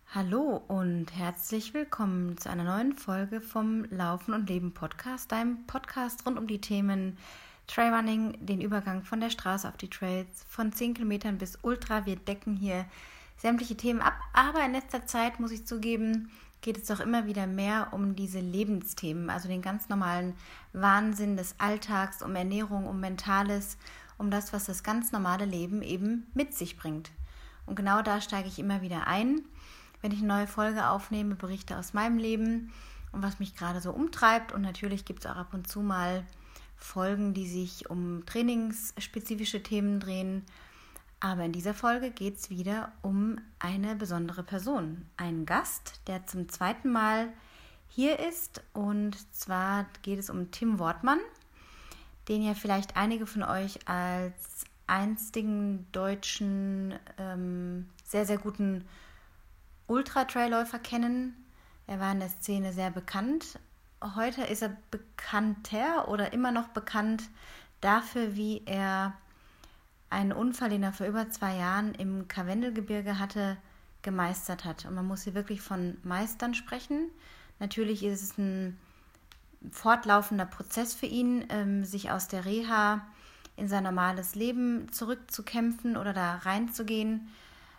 Hallo und herzlich willkommen zu einer neuen Folge vom Laufen und Leben Podcast, deinem Podcast rund um die Themen Trailrunning, den Übergang von der Straße auf die Trails, von 10 Kilometern bis Ultra. Wir decken hier sämtliche Themen ab, aber in letzter Zeit, muss ich zugeben, geht es doch immer wieder mehr um diese Lebensthemen, also den ganz normalen Wahnsinn des Alltags, um Ernährung, um Mentales, um das, was das ganz normale Leben eben mit sich bringt. Und genau da steige ich immer wieder ein, wenn ich eine neue Folge aufnehme, berichte aus meinem Leben und was mich gerade so umtreibt. Und natürlich gibt es auch ab und zu mal Folgen, die sich um trainingsspezifische Themen drehen. Aber in dieser Folge geht es wieder um eine besondere Person. Einen Gast, der zum zweiten Mal hier ist. Und zwar geht es um Tim Wortmann, den ja vielleicht einige von euch als einstigen deutschen, sehr, sehr guten Ultra-Trailläufer kennen. Er war in der Szene sehr bekannt. Heute ist er bekannter oder immer noch bekannt dafür, wie er einen Unfall, den er vor über 2 Jahren im Karwendelgebirge hatte, gemeistert hat. Und man muss hier wirklich von Meistern sprechen. Natürlich ist es ein fortlaufender Prozess für ihn, sich aus der Reha in sein normales Leben zurückzukämpfen oder da reinzugehen.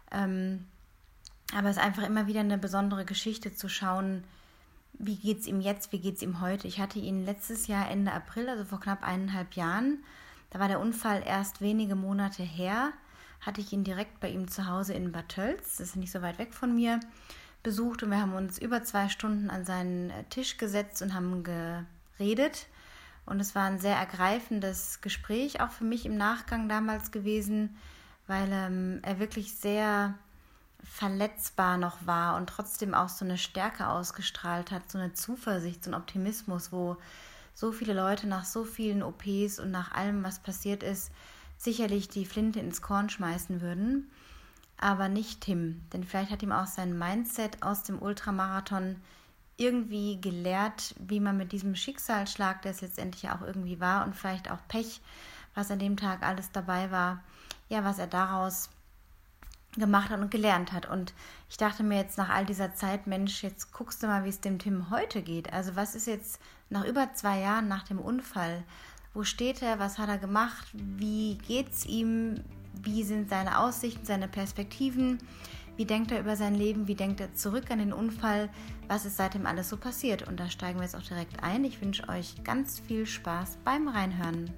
Aber es ist einfach immer wieder eine besondere Geschichte zu schauen, wie geht es ihm jetzt, wie geht es ihm heute. Ich hatte ihn letztes Jahr Ende April, also vor knapp 1,5 Jahren, da war der Unfall erst wenige Monate her, hatte ich ihn direkt bei ihm zu Hause in Bad Tölz, das ist nicht so weit weg von mir, besucht und wir haben uns über 2 Stunden an seinen Tisch gesetzt und haben geredet. Und es war ein sehr ergreifendes Gespräch, auch für mich im Nachgang damals gewesen, weil er wirklich sehr verletzbar noch war und trotzdem auch so eine Stärke ausgestrahlt hat, so eine Zuversicht, so ein Optimismus, wo so viele Leute nach so vielen OPs und nach allem, was passiert ist, sicherlich die Flinte ins Korn schmeißen würden, aber nicht Tim. Denn vielleicht hat ihm auch sein Mindset aus dem Ultramarathon irgendwie gelehrt, wie man mit diesem Schicksalsschlag, der es letztendlich ja auch irgendwie war, und vielleicht auch Pech, was an dem Tag alles dabei war, ja, was er daraus gemacht hat und gelernt hat. Und ich dachte mir jetzt nach all dieser Zeit, Mensch, jetzt guckst du mal, wie es dem Tim heute geht. Also was ist jetzt nach über 2 Jahren nach dem Unfall? Wo steht er? Was hat er gemacht? Wie geht's ihm? Wie sind seine Aussichten, seine Perspektiven? Wie denkt er über sein Leben? Wie denkt er zurück an den Unfall? Was ist seitdem alles so passiert? Und da steigen wir jetzt auch direkt ein. Ich wünsche euch ganz viel Spaß beim Reinhören.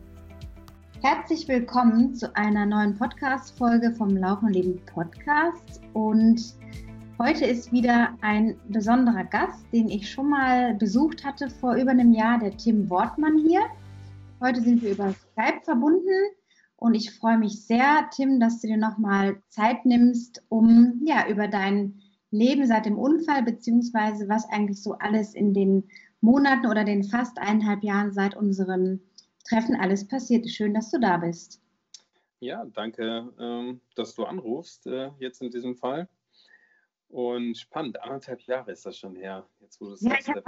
Herzlich willkommen zu einer neuen Podcast-Folge vom Laufen und Leben Podcast. Und heute ist wieder ein besonderer Gast, den ich schon mal besucht hatte vor über einem Jahr, der Tim Wortmann hier. Heute sind wir über Skype verbunden und ich freue mich sehr, Tim, dass du dir nochmal Zeit nimmst, um über dein Leben seit dem Unfall beziehungsweise was eigentlich so alles in den Monaten oder den fast 1,5 Jahren seit unserem Treffen alles passiert ist. Schön, dass du da bist. Ja, danke, dass du anrufst, jetzt in diesem Fall. Und spannend, 1,5 Jahre ist das schon her. Jetzt, wo du sagst, es ist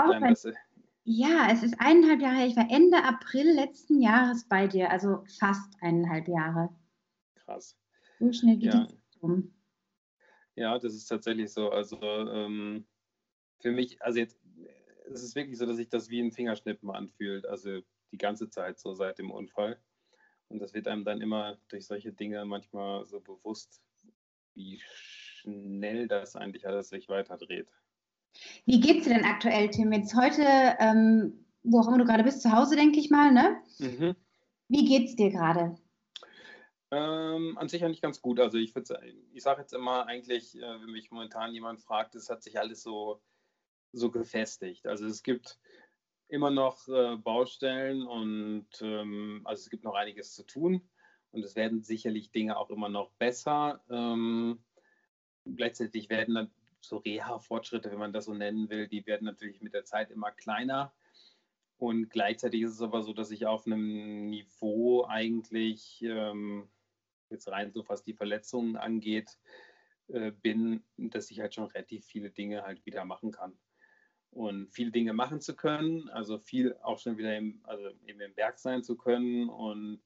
1,5 Jahre her. Ich war Ende April letzten Jahres bei dir, also fast 1,5 Jahre. Krass. So schnell geht es um. Ja, das ist tatsächlich so. Also für mich, also jetzt, es ist wirklich so, dass sich das wie ein Fingerschnippen anfühlt. Also die ganze Zeit so seit dem Unfall. Und das wird einem dann immer durch solche Dinge manchmal so bewusst, wie schnell das eigentlich alles sich weiterdreht. Wie geht's dir denn aktuell, Tim? Jetzt heute, wo auch immer du gerade bist, zu Hause, denke ich mal, ne? Mhm. Wie geht's dir gerade? An sich eigentlich ganz gut. Also ich sage jetzt immer eigentlich, wenn mich momentan jemand fragt, es hat sich alles so gefestigt. Also es gibt immer noch Baustellen und also es gibt noch einiges zu tun und es werden sicherlich Dinge auch immer noch besser. Gleichzeitig werden dann so Reha-Fortschritte, wenn man das so nennen will, die werden natürlich mit der Zeit immer kleiner. Und gleichzeitig ist es aber so, dass ich auf einem Niveau eigentlich, jetzt rein so was die Verletzungen angeht, bin, dass ich halt schon relativ viele Dinge halt wieder machen kann. Und viele Dinge machen zu können, also viel auch schon wieder eben im Berg sein zu können und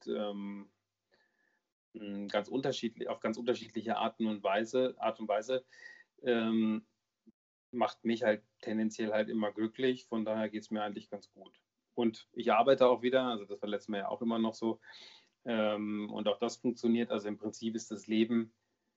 auf ganz unterschiedliche Art und Weise. macht mich halt tendenziell halt immer glücklich. Von daher geht es mir eigentlich ganz gut. Und ich arbeite auch wieder, also das war letztes Mal ja auch immer noch so. Und auch das funktioniert. Also im Prinzip ist das Leben,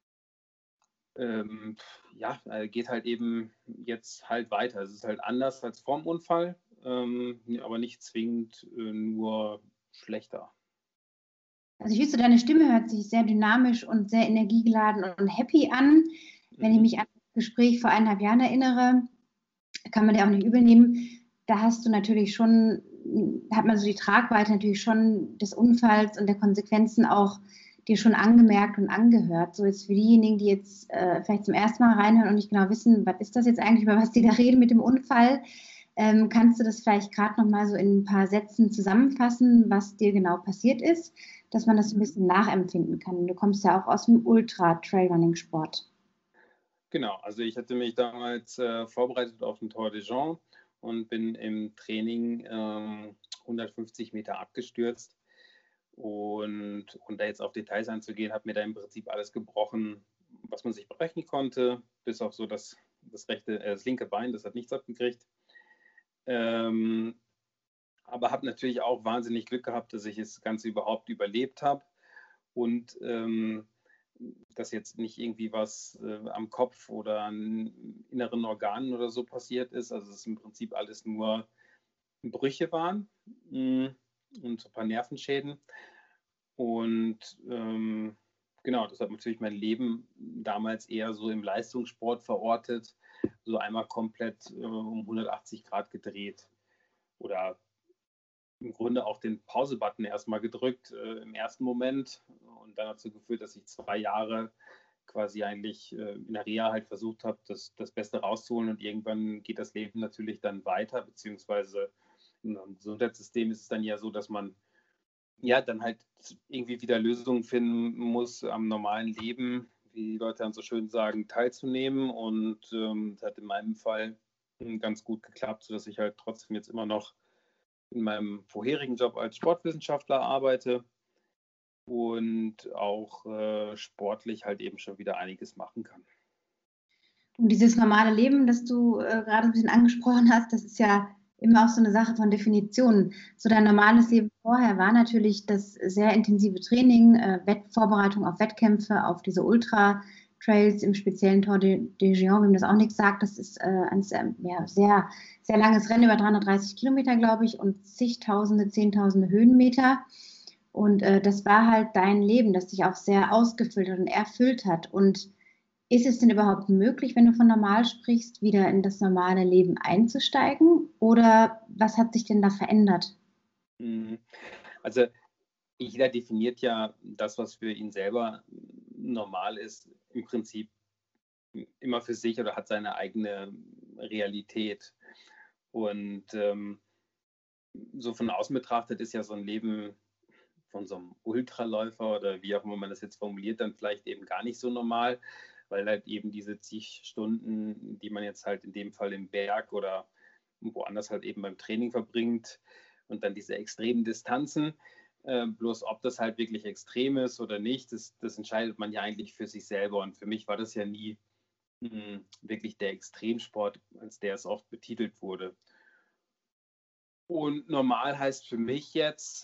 geht halt eben jetzt halt weiter. Es ist halt anders als vorm Unfall, aber nicht zwingend nur schlechter. Also ich wüsste, deine Stimme hört sich sehr dynamisch und sehr energiegeladen und happy an. Wenn ich mich an das Gespräch vor 1,5 Jahren erinnere, kann man dir auch nicht übel nehmen. Da hast du natürlich schon, hat man so die Tragweite natürlich schon des Unfalls und der Konsequenzen auch dir schon angemerkt und angehört. So jetzt für diejenigen, die jetzt vielleicht zum ersten Mal reinhören und nicht genau wissen, was ist das jetzt eigentlich, über was die da reden mit dem Unfall, kannst du das vielleicht gerade noch mal so in ein paar Sätzen zusammenfassen, was dir genau passiert ist, dass man das ein bisschen nachempfinden kann. Du kommst ja auch aus dem Ultra-Trailrunning-Sport. Genau, also ich hatte mich damals vorbereitet auf den Tour de Jean und bin im Training 150 Meter abgestürzt. Und da jetzt auf Details einzugehen, hat mir da im Prinzip alles gebrochen, was man sich brechen konnte, bis auf so das linke Bein, das hat nichts abgekriegt. Aber habe natürlich auch wahnsinnig Glück gehabt, dass ich das Ganze überhaupt überlebt habe und dass jetzt nicht irgendwie was am Kopf oder an inneren Organen oder so passiert ist. Also es im Prinzip alles nur Brüche waren und so ein paar Nervenschäden. Und genau, das hat natürlich mein Leben damals eher so im Leistungssport verortet, so einmal komplett um 180 Grad gedreht oder im Grunde auch den Pause-Button erstmal gedrückt im ersten Moment und dann dazu geführt, dass ich 2 Jahre quasi eigentlich in der Reha halt versucht habe, das Beste rauszuholen und irgendwann geht das Leben natürlich dann weiter, beziehungsweise im Gesundheitssystem ist es dann ja so, dass man ja dann halt irgendwie wieder Lösungen finden muss, am normalen Leben, wie die Leute dann so schön sagen, teilzunehmen und das hat in meinem Fall ganz gut geklappt, sodass ich halt trotzdem jetzt immer noch in meinem vorherigen Job als Sportwissenschaftler arbeite und auch sportlich halt eben schon wieder einiges machen kann. Und dieses normale Leben, das du gerade ein bisschen angesprochen hast, das ist ja immer auch so eine Sache von Definitionen. So dein normales Leben vorher war natürlich das sehr intensive Training, Vorbereitung auf Wettkämpfe, auf diese Ultra-Trails, im speziellen Tour de Géant, wem das auch nichts sagt. Das ist ein sehr, sehr langes Rennen, über 330 Kilometer, glaube ich, und zigtausende, zehntausende Höhenmeter. Und das war halt dein Leben, das dich auch sehr ausgefüllt hat und erfüllt hat. Und ist es denn überhaupt möglich, wenn du von normal sprichst, wieder in das normale Leben einzusteigen? Oder was hat sich denn da verändert? Also jeder definiert ja das, was für ihn selber normal ist, im Prinzip immer für sich oder hat seine eigene Realität. Und so von außen betrachtet ist ja so ein Leben von so einem Ultraläufer oder wie auch immer man das jetzt formuliert, dann vielleicht eben gar nicht so normal, weil halt eben diese zig Stunden, die man jetzt halt in dem Fall im Berg oder woanders halt eben beim Training verbringt und dann diese extremen Distanzen, bloß ob das halt wirklich extrem ist oder nicht, das entscheidet man ja eigentlich für sich selber. Und für mich war das ja nie wirklich der Extremsport, als der es oft betitelt wurde. Und normal heißt für mich jetzt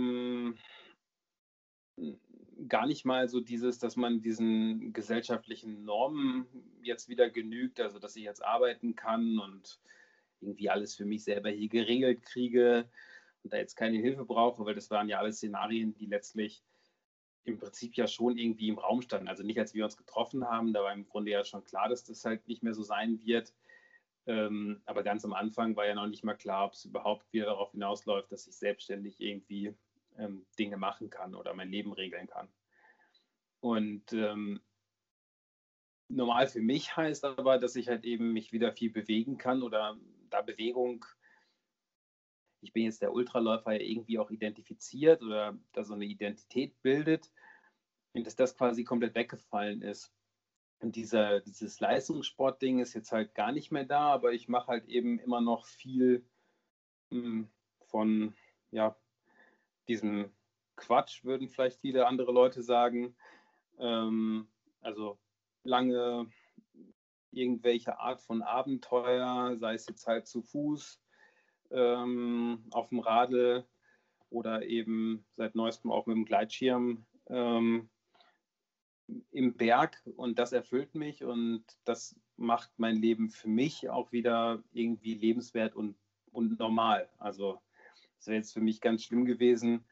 gar nicht mal so dieses, dass man diesen gesellschaftlichen Normen jetzt wieder genügt, also dass ich jetzt arbeiten kann und irgendwie alles für mich selber hier geregelt kriege und da jetzt keine Hilfe brauche, weil das waren ja alles Szenarien, die letztlich im Prinzip ja schon irgendwie im Raum standen. Also nicht, als wir uns getroffen haben, da war im Grunde ja schon klar, dass das halt nicht mehr so sein wird. Aber ganz am Anfang war ja noch nicht mal klar, ob es überhaupt wieder darauf hinausläuft, dass ich selbstständig irgendwie Dinge machen kann oder mein Leben regeln kann. Und normal für mich heißt aber, dass ich halt eben mich wieder viel bewegen kann oder da Bewegung, ich bin jetzt der Ultraläufer ja irgendwie auch identifiziert oder da so eine Identität bildet und dass das quasi komplett weggefallen ist. Und dieses Leistungssportding ist jetzt halt gar nicht mehr da, aber ich mache halt eben immer noch viel von ja, diesem Quatsch, würden vielleicht viele andere Leute sagen. Also lange irgendwelche Art von Abenteuer, sei es jetzt halt zu Fuß, auf dem Radl oder eben seit neuestem auch mit dem Gleitschirm im Berg, und das erfüllt mich und das macht mein Leben für mich auch wieder irgendwie lebenswert und normal. Also es wäre jetzt für mich ganz schlimm gewesen,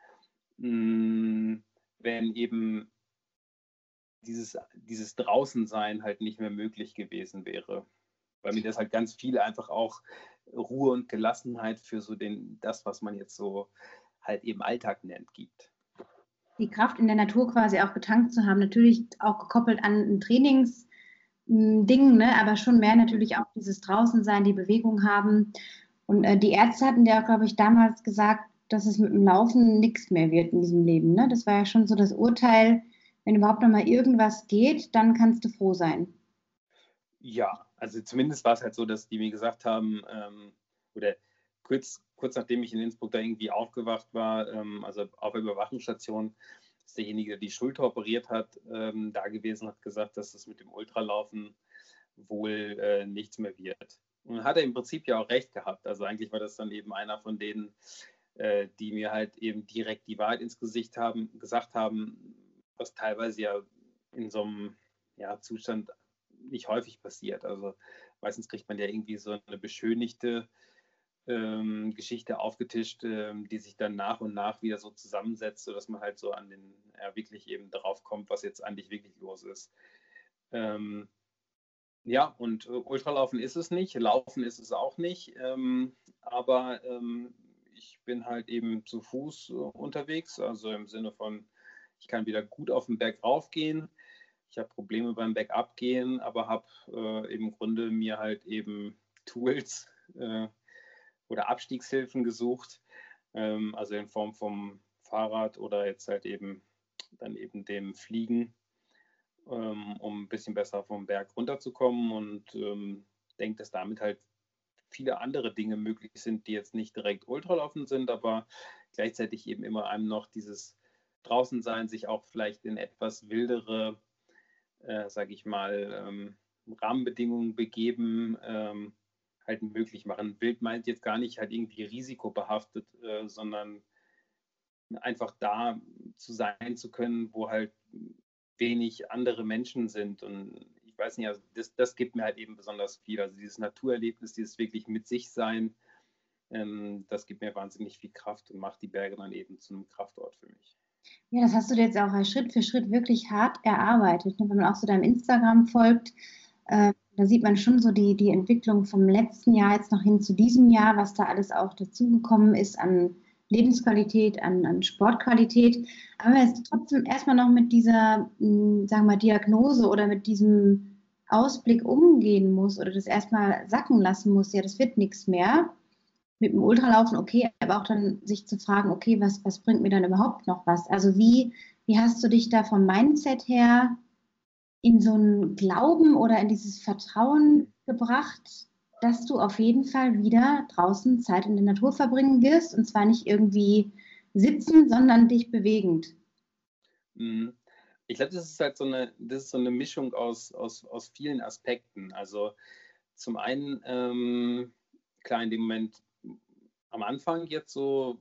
wenn eben dieses Draußensein halt nicht mehr möglich gewesen wäre. Weil mir das halt ganz viel einfach auch Ruhe und Gelassenheit für so das, was man jetzt so halt eben Alltag nennt, gibt. Die Kraft in der Natur quasi auch getankt zu haben, natürlich auch gekoppelt an ein Trainingsding, ne? Aber schon mehr natürlich auch dieses Draußensein, die Bewegung haben. Und die Ärzte hatten ja, glaube ich, damals gesagt, dass es mit dem Laufen nichts mehr wird in diesem Leben. Ne? Das war ja schon so das Urteil, wenn überhaupt noch mal irgendwas geht, dann kannst du froh sein. Ja, also zumindest war es halt so, dass die mir gesagt haben, oder kurz nachdem ich in Innsbruck da irgendwie aufgewacht war, also auf der Überwachungsstation, ist derjenige, der die Schulter operiert hat, da gewesen, hat gesagt, dass es mit dem Ultralaufen wohl nichts mehr wird. Und hat er im Prinzip ja auch recht gehabt. Also eigentlich war das dann eben einer von denen, die mir halt eben direkt die Wahrheit ins Gesicht gesagt haben, was teilweise ja in so einem Zustand nicht häufig passiert. Also meistens kriegt man ja irgendwie so eine beschönigte Geschichte aufgetischt, die sich dann nach und nach wieder so zusammensetzt, sodass man halt so an wirklich eben darauf kommt, was jetzt eigentlich wirklich los ist. Ja, und Ultralaufen ist es nicht, Laufen ist es auch nicht, aber ich bin halt eben zu Fuß unterwegs, also im Sinne von, ich kann wieder gut auf den Berg raufgehen. Ich habe Probleme beim Bergabgehen, aber habe im Grunde mir halt eben Tools oder Abstiegshilfen gesucht, also in Form vom Fahrrad oder jetzt halt eben dann eben dem Fliegen, um ein bisschen besser vom Berg runterzukommen, und denke, dass damit halt viele andere Dinge möglich sind, die jetzt nicht direkt Ultralaufen sind, aber gleichzeitig eben immer einem noch dieses Draußensein, sich auch vielleicht in etwas wildere, sage ich mal, Rahmenbedingungen begeben, halt möglich machen. Wild meint jetzt gar nicht halt irgendwie risikobehaftet, sondern einfach da zu sein zu können, wo halt wenig andere Menschen sind. Und ich weiß nicht, also das gibt mir halt eben besonders viel. Also dieses Naturerlebnis, dieses wirklich mit sich sein, das gibt mir wahnsinnig viel Kraft und macht die Berge dann eben zu einem Kraftort für mich. Ja, das hast du dir jetzt auch Schritt für Schritt wirklich hart erarbeitet. Ne? Wenn man auch so deinem Instagram folgt, da sieht man schon so die Entwicklung vom letzten Jahr jetzt noch hin zu diesem Jahr, was da alles auch dazugekommen ist an Lebensqualität, an Sportqualität. Aber wenn es trotzdem erstmal noch mit dieser, sagen wir mal, Diagnose oder mit diesem Ausblick umgehen muss oder das erstmal sacken lassen muss, ja, das wird nichts mehr. Mit dem Ultralaufen okay, aber auch dann sich zu fragen, okay, was bringt mir dann überhaupt noch was? Also wie hast du dich da vom Mindset her in so einen Glauben oder in dieses Vertrauen gebracht, dass du auf jeden Fall wieder draußen Zeit in der Natur verbringen wirst, und zwar nicht irgendwie sitzen, sondern dich bewegend? Ich glaube, das ist halt das ist so eine Mischung aus vielen Aspekten. Also zum einen, klar, in dem Moment am Anfang jetzt so,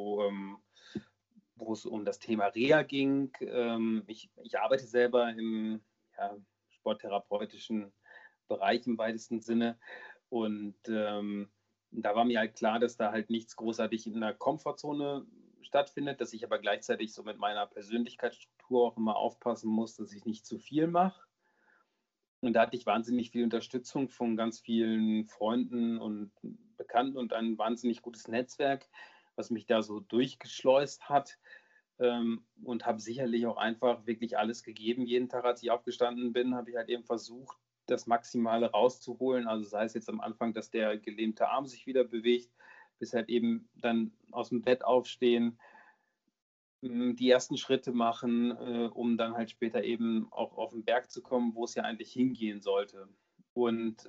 wo es um das Thema Reha ging. Ich arbeite selber im sporttherapeutischen Bereich im weitesten Sinne, und da war mir halt klar, dass da halt nichts großartig in der Komfortzone stattfindet, dass ich aber gleichzeitig so mit meiner Persönlichkeitsstruktur auch immer aufpassen muss, dass ich nicht zu viel mache. Und da hatte ich wahnsinnig viel Unterstützung von ganz vielen Freunden und Bekannten und ein wahnsinnig gutes Netzwerk, was mich da so durchgeschleust hat, und habe sicherlich auch einfach wirklich alles gegeben. Jeden Tag, als ich aufgestanden bin, habe ich halt eben versucht, das Maximale rauszuholen. Also sei es jetzt am Anfang, dass der gelähmte Arm sich wieder bewegt, bis halt eben dann aus dem Bett aufstehen, die ersten Schritte machen, um dann halt später eben auch auf den Berg zu kommen, wo es ja eigentlich hingehen sollte. Und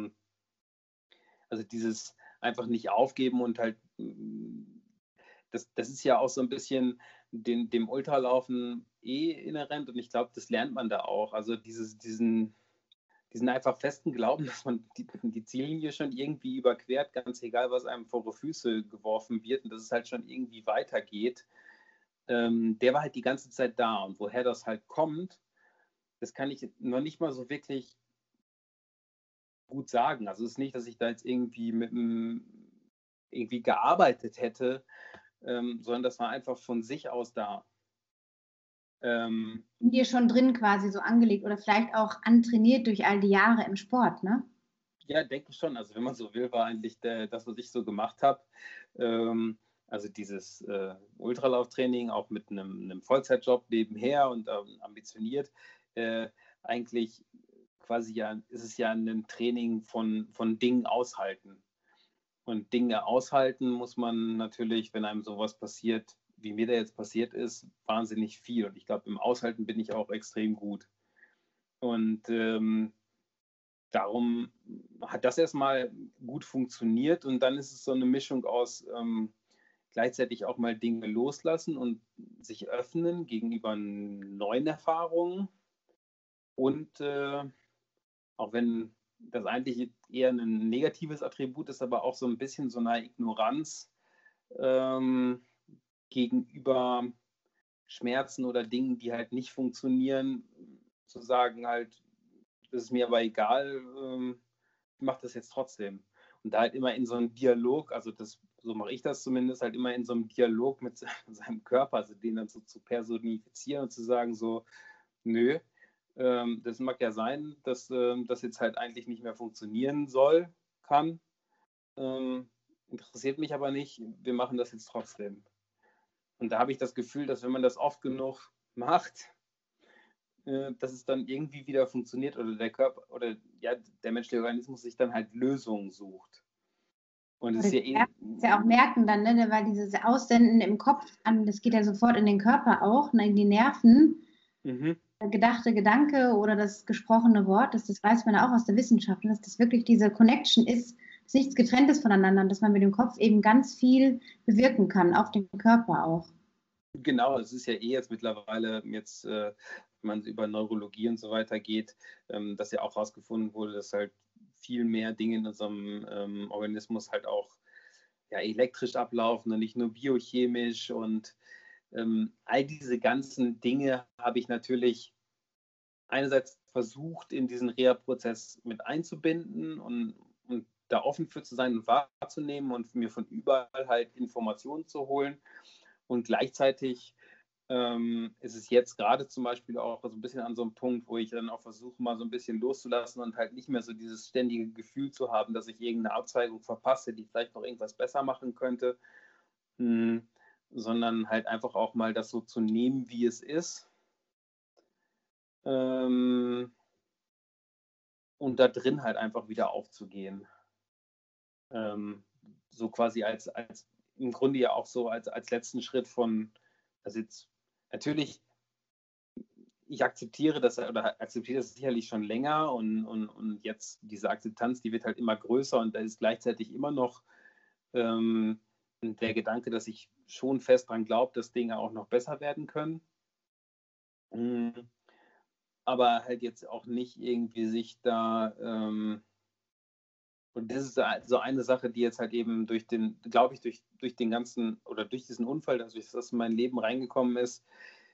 also dieses einfach nicht aufgeben und halt, das ist ja auch so ein bisschen dem Ultralaufen inhärent, und ich glaube, das lernt man da auch. Also die sind einfach festen Glauben, dass man die Ziellinie schon irgendwie überquert, ganz egal, was einem vor die Füße geworfen wird und dass es halt schon irgendwie weitergeht. Der war halt die ganze Zeit da. Und woher das halt kommt, das kann ich noch nicht mal so wirklich gut sagen. Also es ist nicht, dass ich da jetzt irgendwie irgendwie gearbeitet hätte, sondern das war einfach von sich aus da. In dir schon drin quasi so angelegt oder vielleicht auch antrainiert durch all die Jahre im Sport, ne? Ja, denke ich schon. Also wenn man so will, war eigentlich das, was ich so gemacht habe. Also dieses Ultralauftraining auch mit einem Vollzeitjob nebenher und ambitioniert. Eigentlich quasi ja, ist es ja ein Training von Dingen aushalten. Und Dinge aushalten muss man natürlich, wenn einem sowas passiert, wie mir da jetzt passiert ist, wahnsinnig viel. Und ich glaube, im Aushalten bin ich auch extrem gut. Und darum hat das erstmal gut funktioniert. Und dann ist es so eine Mischung aus gleichzeitig auch mal Dinge loslassen und sich öffnen gegenüber neuen Erfahrungen. Und auch wenn das eigentlich eher ein negatives Attribut ist, aber auch so ein bisschen so eine Ignoranz gegenüber Schmerzen oder Dingen, die halt nicht funktionieren, zu sagen halt, das ist mir aber egal, ich mache das jetzt trotzdem. Und da halt immer in so einem Dialog, also so mache ich das zumindest, halt immer in so einem Dialog mit seinem Körper, also den dann so zu personifizieren und zu sagen so, nö, das mag ja sein, dass das jetzt halt eigentlich nicht mehr funktionieren kann. Interessiert mich aber nicht, wir machen das jetzt trotzdem. Und da habe ich das Gefühl, dass wenn man das oft genug macht, dass es dann irgendwie wieder funktioniert oder der Körper oder ja, der menschliche Organismus sich dann halt Lösungen sucht. Und es ist ja auch merken dann, ne, weil dieses Aussenden im Kopf an, das geht ja sofort in den Körper auch, ne, in die Nerven. Der gedachte Gedanke oder das gesprochene Wort, das weiß man ja auch aus der Wissenschaft, dass das wirklich diese Connection ist, dass nichts Getrenntes voneinander und dass man mit dem Kopf eben ganz viel bewirken kann, auf den Körper auch. Genau, es ist ja jetzt mittlerweile wenn man über Neurologie und so weiter geht, dass ja auch herausgefunden wurde, dass halt viel mehr Dinge in unserem Organismus halt auch ja, elektrisch ablaufen und nicht nur biochemisch. Und all diese ganzen Dinge habe ich natürlich einerseits versucht, in diesen Reha-Prozess mit einzubinden und da offen für zu sein und wahrzunehmen und mir von überall halt Informationen zu holen. Und gleichzeitig ist es jetzt gerade zum Beispiel auch so ein bisschen an so einem Punkt, wo ich dann auch versuche, mal so ein bisschen loszulassen und halt nicht mehr so dieses ständige Gefühl zu haben, dass ich irgendeine Abzweigung verpasse, die vielleicht noch irgendwas besser machen könnte, sondern halt einfach auch mal das so zu nehmen, wie es ist. Und da drin halt einfach wieder aufzugehen. So quasi als im Grunde ja auch so als letzten Schritt also jetzt natürlich, ich akzeptiere das sicherlich schon länger und jetzt diese Akzeptanz, die wird halt immer größer und da ist gleichzeitig immer noch der Gedanke, dass ich schon fest dran glaube, dass Dinge auch noch besser werden können. Aber halt jetzt auch nicht irgendwie sich da und das ist so eine Sache, die jetzt halt eben durch den ganzen oder durch diesen Unfall, dass das in mein Leben reingekommen ist,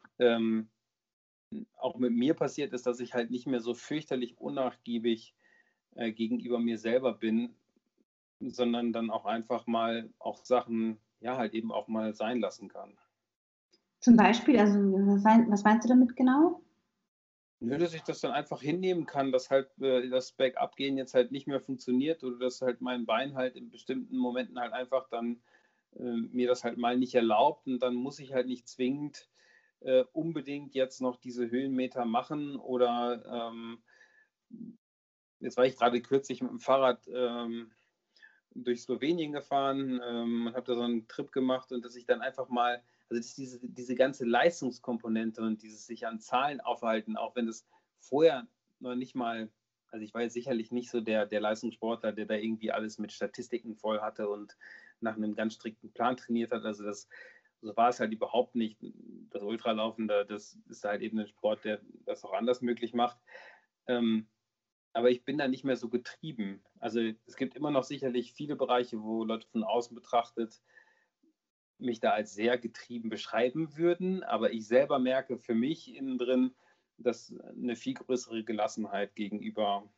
auch mit mir passiert ist, dass ich halt nicht mehr so fürchterlich unnachgiebig gegenüber mir selber bin, sondern dann auch einfach mal auch Sachen, ja, halt eben auch mal sein lassen kann. Zum Beispiel, also was meinst du damit genau? Nur, dass ich das dann einfach hinnehmen kann, dass halt das Bergabgehen jetzt halt nicht mehr funktioniert oder dass halt mein Bein halt in bestimmten Momenten halt einfach dann mir das halt mal nicht erlaubt und dann muss ich halt nicht zwingend unbedingt jetzt noch diese Höhenmeter machen oder jetzt war ich gerade kürzlich mit dem Fahrrad durch Slowenien gefahren und habe da so einen Trip gemacht und dass ich dann einfach mal, also diese ganze Leistungskomponente und dieses sich an Zahlen aufhalten, auch wenn das vorher noch nicht mal, also ich war jetzt sicherlich nicht so der Leistungssportler, der da irgendwie alles mit Statistiken voll hatte und nach einem ganz strikten Plan trainiert hat, also so war es halt überhaupt nicht. Das Ultralaufen, das ist halt eben ein Sport, der das auch anders möglich macht. aber ich bin da nicht mehr so getrieben. Also es gibt immer noch sicherlich viele Bereiche, wo Leute von außen betrachtet mich da als sehr getrieben beschreiben würden, aber ich selber merke für mich innen drin, dass eine viel größere Gelassenheit gegenüber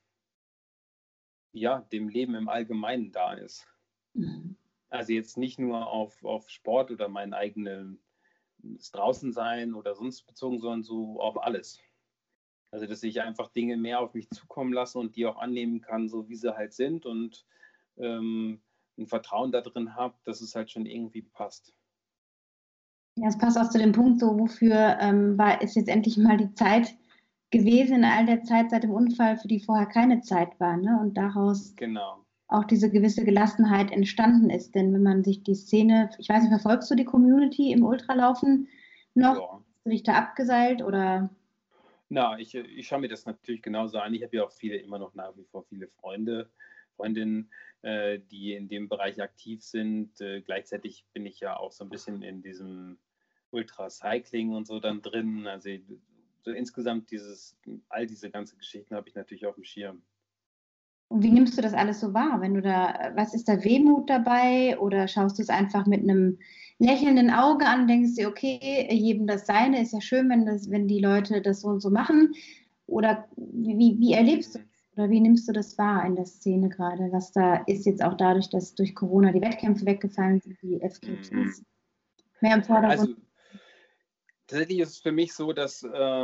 dem Leben im Allgemeinen da ist. Mhm. Also jetzt nicht nur auf Sport oder mein eigenes Draußensein oder sonst bezogen, sondern so auf alles. Also dass ich einfach Dinge mehr auf mich zukommen lasse und die auch annehmen kann, so wie sie halt sind und ein Vertrauen da drin habe, dass es halt schon irgendwie passt. Ja, es passt auch zu dem Punkt, so wofür ist jetzt endlich mal die Zeit gewesen in all der Zeit seit dem Unfall, für die vorher keine Zeit war, ne? Und daraus Genau. auch diese gewisse Gelassenheit entstanden ist. Denn wenn man sich die Szene, ich weiß nicht, verfolgst du die Community im Ultralaufen noch? Ja. Hast du dich da abgeseilt oder? Na, ich schaue mir das natürlich genauso an. Ich habe ja auch immer noch nach wie vor viele Freundinnen, die in dem Bereich aktiv sind. Gleichzeitig bin ich ja auch so ein bisschen in diesem Ultracycling und so dann drin. Also so insgesamt all diese ganzen Geschichten habe ich natürlich auf dem Schirm. Und wie nimmst du das alles so wahr? Was ist da Wehmut dabei oder schaust du es einfach mit einem lächelnden Auge an, denkst dir, okay, jedem das Seine, ist ja schön, wenn die Leute das so und so machen? Oder wie erlebst du das? Oder wie nimmst du das wahr in der Szene gerade? Was da ist jetzt auch dadurch, dass durch Corona die Wettkämpfe weggefallen sind, die FKTs mehr im Vordergrund? Also tatsächlich ist es für mich so, dass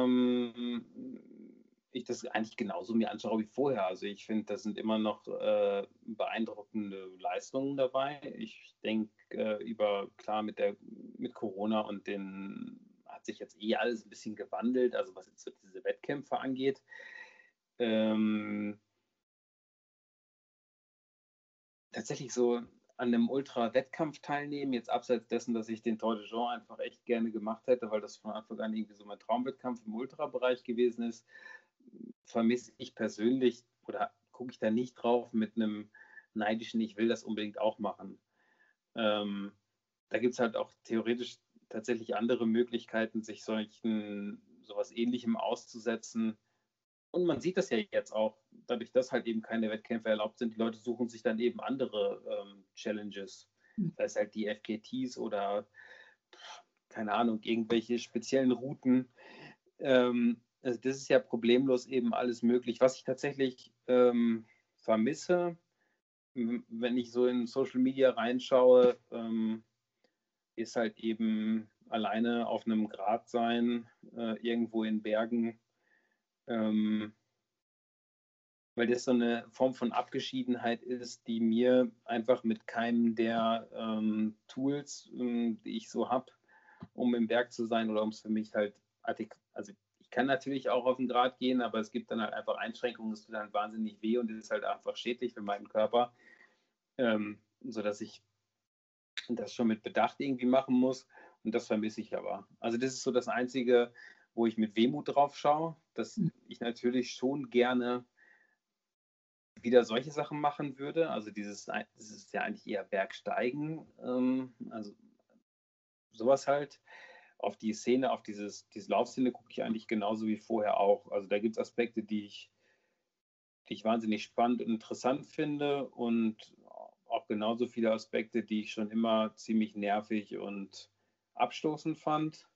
ich das eigentlich genauso mir anschaue wie vorher. Also ich finde, da sind immer noch beeindruckende Leistungen dabei. Ich denke, klar mit Corona und hat sich jetzt alles ein bisschen gewandelt, also was jetzt so diese Wettkämpfe angeht. Tatsächlich so an einem Ultra-Wettkampf teilnehmen, jetzt abseits dessen, dass ich den Tour de Jean einfach echt gerne gemacht hätte, weil das von Anfang an irgendwie so mein Traumwettkampf im Ultrabereich gewesen ist, vermisse ich persönlich oder gucke ich da nicht drauf mit einem neidischen, ich will das unbedingt auch machen. Da gibt es halt auch theoretisch tatsächlich andere Möglichkeiten, sich sowas Ähnlichem auszusetzen. Und man sieht das ja jetzt auch, dadurch, dass halt eben keine Wettkämpfe erlaubt sind, die Leute suchen sich dann eben andere Challenges. Das heißt halt die FKTs oder, keine Ahnung, irgendwelche speziellen Routen. Also das ist ja problemlos eben alles möglich. Was ich tatsächlich vermisse, wenn ich so in Social Media reinschaue, ist halt eben alleine auf einem Grat sein, irgendwo in Bergen, weil das so eine Form von Abgeschiedenheit ist, die mir einfach mit keinem der Tools, die ich so habe, um im Berg zu sein oder um es für mich halt also ich kann natürlich auch auf den Grat gehen, aber es gibt dann halt einfach Einschränkungen, es tut dann wahnsinnig weh und es ist halt einfach schädlich für meinen Körper, sodass ich das schon mit Bedacht irgendwie machen muss und das vermisse ich aber. Also das ist so das Einzige, wo ich mit Wehmut drauf schaue, dass ich natürlich schon gerne wieder solche Sachen machen würde. Also das ist ja eigentlich eher Bergsteigen, also sowas halt. Auf die Szene, auf diese Laufszene gucke ich eigentlich genauso wie vorher auch. Also da gibt es Aspekte, die ich wahnsinnig spannend und interessant finde und auch genauso viele Aspekte, die ich schon immer ziemlich nervig und abstoßend fand.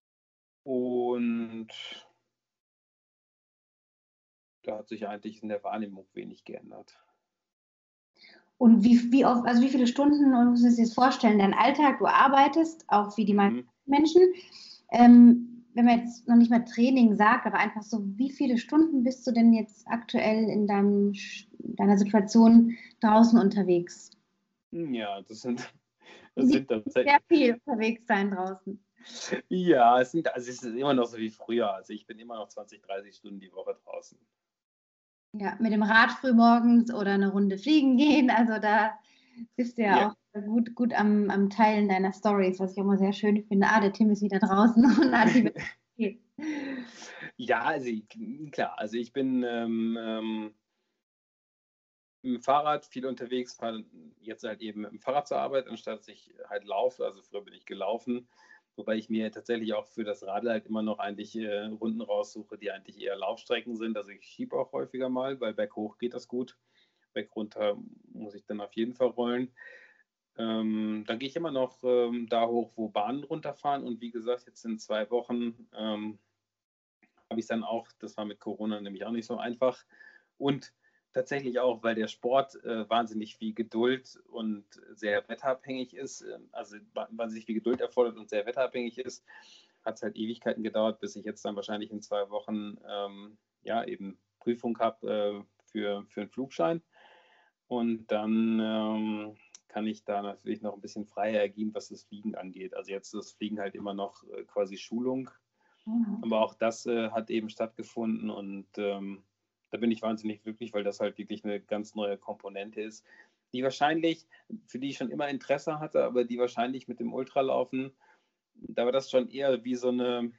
Und da hat sich eigentlich in der Wahrnehmung wenig geändert. Und wie oft, also wie viele Stunden, und muss man sich das vorstellen, dein Alltag, du arbeitest, auch wie die meisten Menschen. Wenn man jetzt noch nicht mal Training sagt, aber einfach so, wie viele Stunden bist du denn jetzt aktuell in deiner Situation draußen unterwegs? Ja, das sind tatsächlich sehr viel unterwegs sein draußen. Ja, es ist immer noch so wie früher. Also ich bin immer noch 20, 30 Stunden die Woche draußen. Ja, mit dem Rad früh morgens oder eine Runde fliegen gehen. Also da bist du ja auch gut am Teilen deiner Stories, was ich auch immer sehr schön finde. Der Tim ist wieder draußen und hat die Ja, also klar. Also ich bin mit dem Fahrrad viel unterwegs, fahre jetzt halt eben mit dem Fahrrad zur Arbeit, anstatt dass ich halt laufe. Also früher bin ich gelaufen Wobei ich mir tatsächlich auch für das Radl halt immer noch eigentlich Runden raussuche, die eigentlich eher Laufstrecken sind. Also ich schiebe auch häufiger mal, weil berghoch geht das gut. Bergunter muss ich dann auf jeden Fall rollen. Dann gehe ich immer noch da hoch, wo Bahnen runterfahren. Und wie gesagt, jetzt in 2 Wochen habe ich es dann auch, das war mit Corona nämlich auch nicht so einfach. Und tatsächlich auch, weil der Sport wahnsinnig viel Geduld und sehr wetterabhängig ist, also wahnsinnig viel Geduld erfordert und sehr wetterabhängig ist, hat es halt Ewigkeiten gedauert, bis ich jetzt dann wahrscheinlich in 2 Wochen ja eben Prüfung habe für einen Flugschein. Und dann kann ich da natürlich noch ein bisschen freier agieren, was das Fliegen angeht. Also jetzt ist das Fliegen halt immer noch quasi Schulung. Aber auch das hat eben stattgefunden und da bin ich wahnsinnig glücklich, weil das halt wirklich eine ganz neue Komponente ist, die wahrscheinlich, für die ich schon immer Interesse hatte, aber die wahrscheinlich mit dem Ultralaufen, da war das schon eher wie so eine,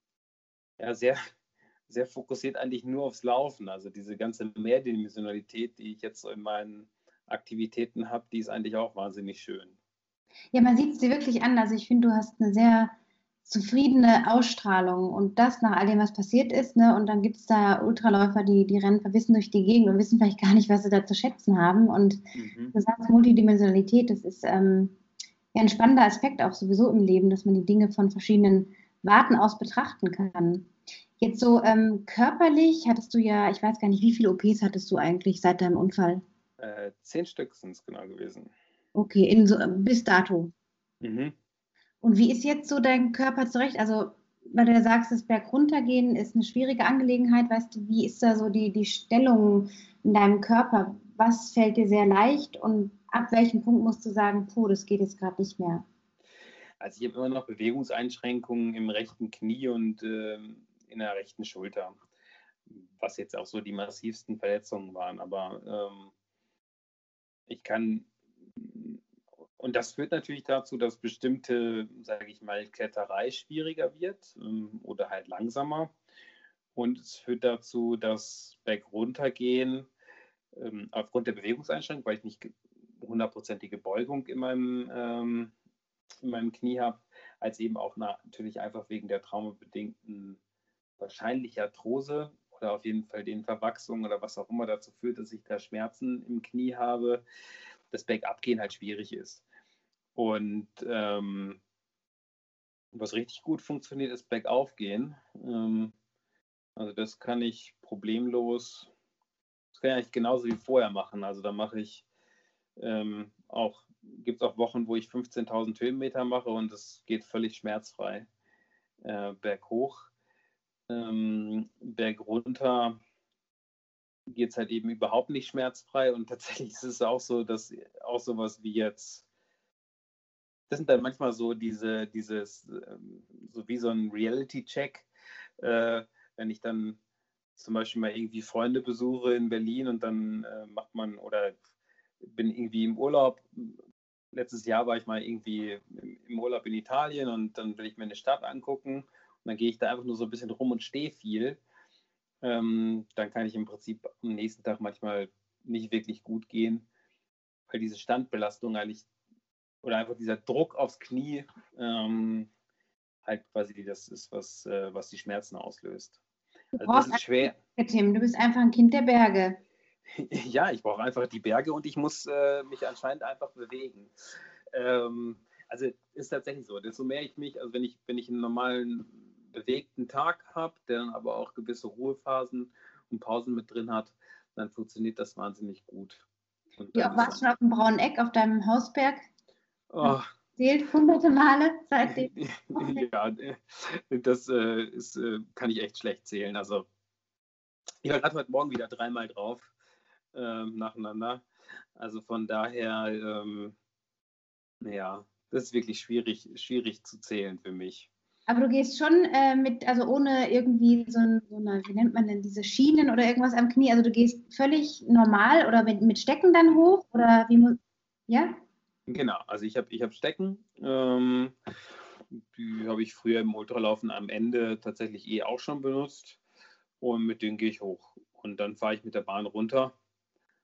ja, sehr, sehr fokussiert eigentlich nur aufs Laufen. Also diese ganze Mehrdimensionalität, die ich jetzt so in meinen Aktivitäten habe, die ist eigentlich auch wahnsinnig schön. Ja, man sieht es dir wirklich an. Also ich finde, du hast eine sehr zufriedene Ausstrahlung und das nach all dem, was passiert ist. Ne? Und dann gibt es da Ultraläufer, die rennen verbissen durch die Gegend und wissen vielleicht gar nicht, was sie da zu schätzen haben. Und du sagst Multidimensionalität, das ist ja ein spannender Aspekt auch sowieso im Leben, dass man die Dinge von verschiedenen Warten aus betrachten kann. Jetzt so körperlich hattest du ja, ich weiß gar nicht, wie viele OPs hattest du eigentlich seit deinem Unfall? 10 Stück sind es genau gewesen. Okay, bis dato. Mhm. Und wie ist jetzt so dein Körper zurecht? Also, weil du ja sagst, das Berg runtergehen ist eine schwierige Angelegenheit. Weißt du, wie ist da so die Stellung in deinem Körper? Was fällt dir sehr leicht und ab welchem Punkt musst du sagen, puh, das geht jetzt gerade nicht mehr? Also ich habe immer noch Bewegungseinschränkungen im rechten Knie und in der rechten Schulter, was jetzt auch so die massivsten Verletzungen waren. Aber ich kann, und das führt natürlich dazu, dass bestimmte, sage ich mal, Kletterei schwieriger wird oder halt langsamer. Und es führt dazu, dass Berguntergehen aufgrund der Bewegungseinschränkung, weil ich nicht hundertprozentige Beugung in meinem Knie habe, als eben auch natürlich einfach wegen der traumabedingten wahrscheinlich Arthrose oder auf jeden Fall den Verwachsungen oder was auch immer dazu führt, dass ich da Schmerzen im Knie habe, das Bergabgehen halt schwierig ist. Und was richtig gut funktioniert, ist Bergaufgehen. Also das kann ich problemlos, das kann ich eigentlich genauso wie vorher machen. Also da mache ich gibt es auch Wochen, wo ich 15.000 Höhenmeter mache und es geht völlig schmerzfrei. Berghoch, bergunter geht es halt eben überhaupt nicht schmerzfrei und tatsächlich ist es auch so, dass auch sowas wie jetzt, das sind dann manchmal so so wie so ein Reality-Check, wenn ich dann zum Beispiel mal irgendwie Freunde besuche in Berlin und dann macht man oder bin irgendwie im Urlaub. Letztes Jahr war ich mal irgendwie im Urlaub in Italien und dann will ich mir eine Stadt angucken und dann gehe ich da einfach nur so ein bisschen rum und stehe viel. Dann kann ich im Prinzip am nächsten Tag manchmal nicht wirklich gut gehen, weil diese Standbelastung eigentlich oder einfach dieser Druck aufs Knie halt quasi das ist, was die Schmerzen auslöst. Du Also das brauchst ist schwer. Tim, du bist einfach ein Kind der Berge. Ja, ich brauche einfach die Berge und ich muss mich anscheinend einfach bewegen. Also ist tatsächlich so. Desto mehr ich mich, also wenn ich einen normalen bewegten Tag habe, der dann aber auch gewisse Ruhephasen und Pausen mit drin hat, dann funktioniert das wahnsinnig gut. Und Wie dann oft ist warst du schon auf dem Braunen Eck auf deinem Hausberg? oh, Zählt hunderte Male seitdem. ja, das kann ich echt schlecht zählen. Also ich war gerade heute Morgen wieder 3-mal drauf nacheinander. Also von daher, ja, das ist wirklich schwierig zu zählen für mich. Aber du gehst schon also ohne irgendwie so eine, wie nennt man denn diese Schienen oder irgendwas am Knie, also du gehst völlig normal oder mit Stecken dann hoch oder ja? Genau, also ich hab Stecken, die habe ich früher im Ultralaufen am Ende tatsächlich auch schon benutzt und mit denen gehe ich hoch. Und dann fahre ich mit der Bahn runter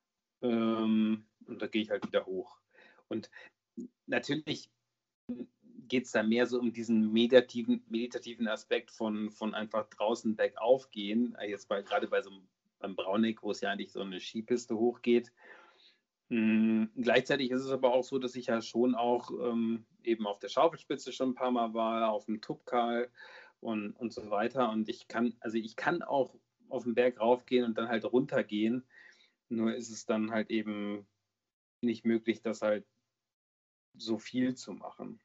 und da gehe ich halt wieder hoch. Und natürlich geht es da mehr so um diesen meditativen Aspekt von einfach draußen bergauf gehen. Jetzt gerade beim Brauneck, wo es ja eigentlich so eine Skipiste hochgeht. Gleichzeitig ist es aber auch so, dass ich ja schon auch eben auf der Schaufelspitze schon ein paar Mal war, auf dem Tubkal und so weiter. Und ich kann auch auf den Berg raufgehen und dann halt runtergehen. Nur ist es dann halt eben nicht möglich, das halt so viel zu machen.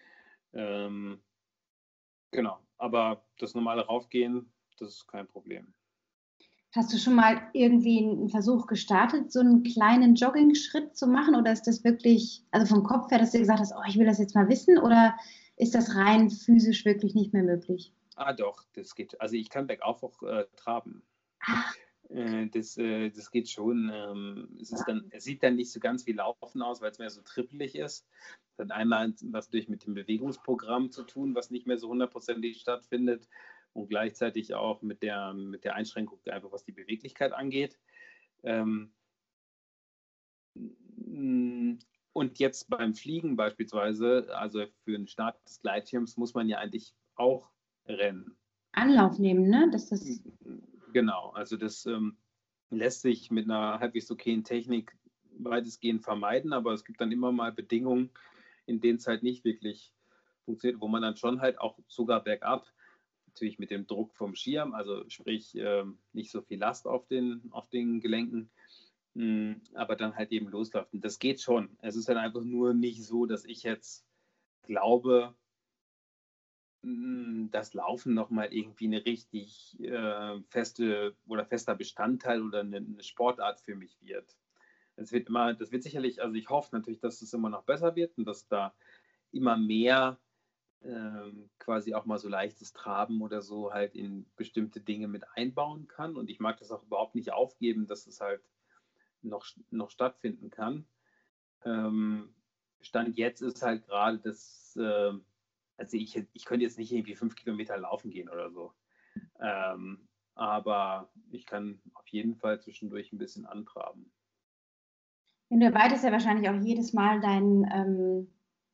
Genau, aber das normale Raufgehen, das ist kein Problem. Hast du schon mal irgendwie einen Versuch gestartet, so einen kleinen Jogging-Schritt zu machen? Oder ist das wirklich, also vom Kopf her, dass du gesagt hast, oh, ich will das jetzt mal wissen? Oder ist das rein physisch wirklich nicht mehr möglich? Doch, das geht. Also ich kann bergauf auch traben. Ach, Das geht schon. Es sieht dann nicht so ganz wie Laufen aus, weil es mehr so trippelig ist. Das hat einmal was natürlich mit dem Bewegungsprogramm zu tun, was nicht mehr so hundertprozentig stattfindet und gleichzeitig auch mit der Einschränkung, einfach was die Beweglichkeit angeht. Und jetzt beim Fliegen beispielsweise, also für den Start des Gleitschirms, muss man ja eigentlich auch rennen. Anlauf nehmen, ne? Genau, also das lässt sich mit einer halbwegs okayen Technik weitestgehend vermeiden, aber es gibt dann immer mal Bedingungen, in denen es halt nicht wirklich funktioniert, wo man dann schon halt auch sogar bergab, natürlich mit dem Druck vom Schirm, also sprich nicht so viel Last auf den Gelenken, aber dann halt eben losläuft. Und das geht schon. Es ist dann einfach nur nicht so, dass ich jetzt glaube, das Laufen nochmal irgendwie eine richtig fester Bestandteil oder eine Sportart für mich wird. Das wird sicherlich, also ich hoffe natürlich, dass es immer noch besser wird und dass da immer mehr quasi auch mal so leichtes Traben oder so halt in bestimmte Dinge mit einbauen kann. Und ich mag das auch überhaupt nicht aufgeben, dass es halt noch stattfinden kann. Stand jetzt ist halt gerade das, also ich könnte jetzt nicht irgendwie 5 Kilometer laufen gehen oder so. Aber ich kann auf jeden Fall zwischendurch ein bisschen antraben. Du erweiterst ja wahrscheinlich auch jedes Mal dein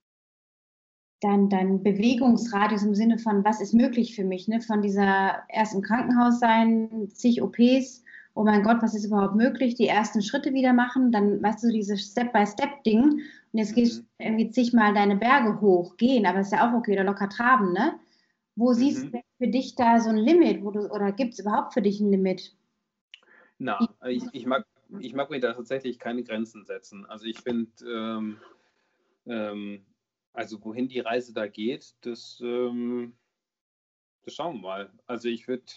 Bewegungsradius im Sinne von, was ist möglich für mich, ne? Von dieser erst im Krankenhaus sein, zig OPs, oh mein Gott, was ist überhaupt möglich, die ersten Schritte wieder machen, dann, weißt du, dieses Step-by-Step-Ding und jetzt gehst du irgendwie zigmal deine Berge hoch, gehen, aber ist ja auch okay, oder locker traben, ne? Wo siehst du denn für dich da so ein Limit, oder gibt es überhaupt für dich ein Limit? Na, ich mag mir da tatsächlich keine Grenzen setzen. Also ich finde, also wohin die Reise da geht, das schauen wir mal. Also ich würde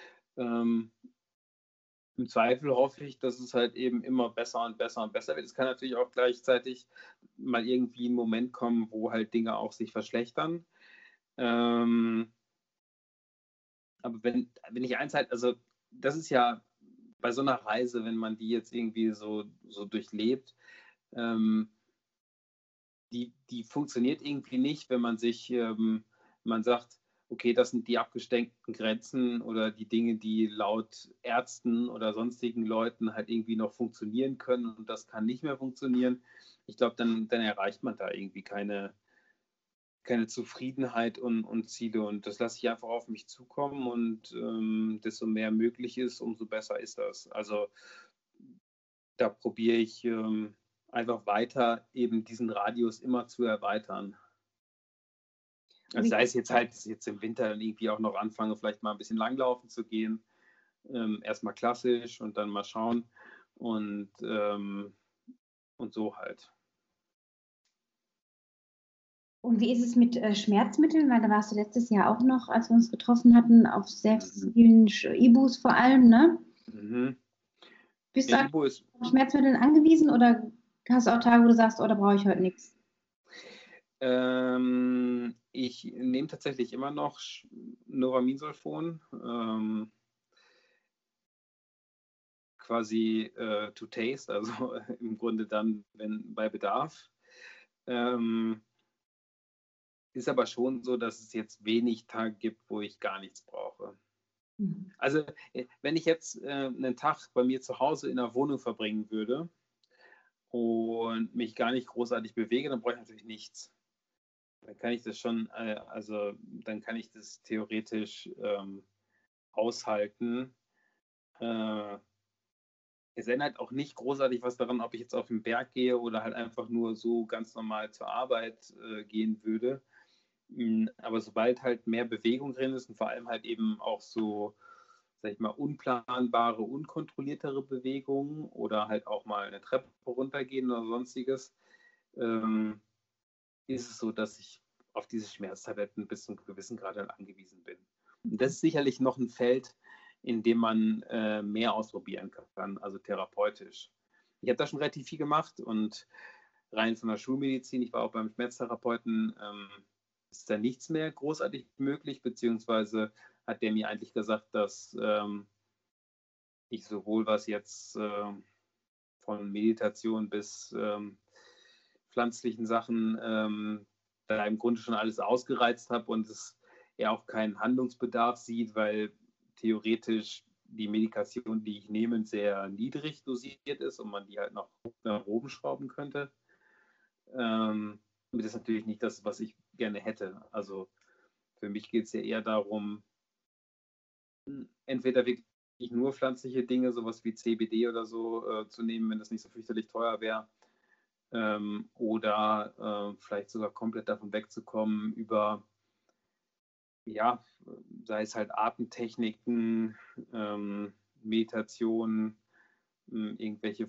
im Zweifel hoffe ich, dass es halt eben immer besser und besser und besser wird. Es kann natürlich auch gleichzeitig mal irgendwie ein Moment kommen, wo halt Dinge auch sich verschlechtern. Aber wenn ich eins halt, also das ist ja bei so einer Reise, wenn man die jetzt irgendwie so durchlebt, die funktioniert irgendwie nicht, wenn man sagt, okay, das sind die abgesteckten Grenzen oder die Dinge, die laut Ärzten oder sonstigen Leuten halt irgendwie noch funktionieren können und das kann nicht mehr funktionieren. Ich glaube, dann erreicht man da irgendwie keine Zufriedenheit und Ziele und das lasse ich einfach auf mich zukommen und desto mehr möglich ist, umso besser ist das. Also da probiere ich einfach weiter eben diesen Radius immer zu erweitern. Also sei es jetzt im Winter dann irgendwie auch noch anfange, vielleicht mal ein bisschen langlaufen zu gehen. Erstmal klassisch und dann mal schauen und so halt. Und wie ist es mit Schmerzmitteln? Weil da warst du letztes Jahr auch noch, als wir uns getroffen hatten, auf sehr vielen Ibus vor allem, ne? Bist du auf Schmerzmitteln angewiesen oder hast du auch Tage, wo du sagst, oh, da brauche ich heute nichts? Ich nehme tatsächlich immer noch Novaminsulfon, quasi to taste, also im Grunde dann, wenn bei Bedarf. Ist aber schon so, dass es jetzt wenig Tage gibt, wo ich gar nichts brauche. Also wenn ich jetzt einen Tag bei mir zu Hause in der Wohnung verbringen würde und mich gar nicht großartig bewege, dann brauche ich natürlich nichts. dann kann ich das schon, dann kann ich das theoretisch aushalten. Es ändert auch nicht großartig was daran, ob ich jetzt auf den Berg gehe oder halt einfach nur so ganz normal zur Arbeit gehen würde. Aber sobald halt mehr Bewegung drin ist und vor allem halt eben auch so, sag ich mal, unplanbare, unkontrolliertere Bewegungen oder halt auch mal eine Treppe runtergehen oder sonstiges, ist es so, dass ich auf diese Schmerztabletten bis zu einem gewissen Grad halt angewiesen bin. Und das ist sicherlich noch ein Feld, in dem man mehr ausprobieren kann, also therapeutisch. Ich habe da schon relativ viel gemacht und rein von der Schulmedizin, ich war auch beim Schmerztherapeuten, ist da nichts mehr großartig möglich, beziehungsweise hat der mir eigentlich gesagt, dass ich sowohl was jetzt von Meditation bis pflanzlichen Sachen da im Grunde schon alles ausgereizt habe und er auch keinen Handlungsbedarf sieht, weil theoretisch die Medikation, die ich nehme, sehr niedrig dosiert ist und man die halt noch nach oben schrauben könnte. Das ist natürlich nicht das, was ich gerne hätte. Also für mich geht es ja eher darum, entweder wirklich nur pflanzliche Dinge, sowas wie CBD oder so zu nehmen, wenn das nicht so fürchterlich teuer wäre. Oder vielleicht sogar komplett davon wegzukommen über, ja, sei es halt Atemtechniken, Meditation, irgendwelche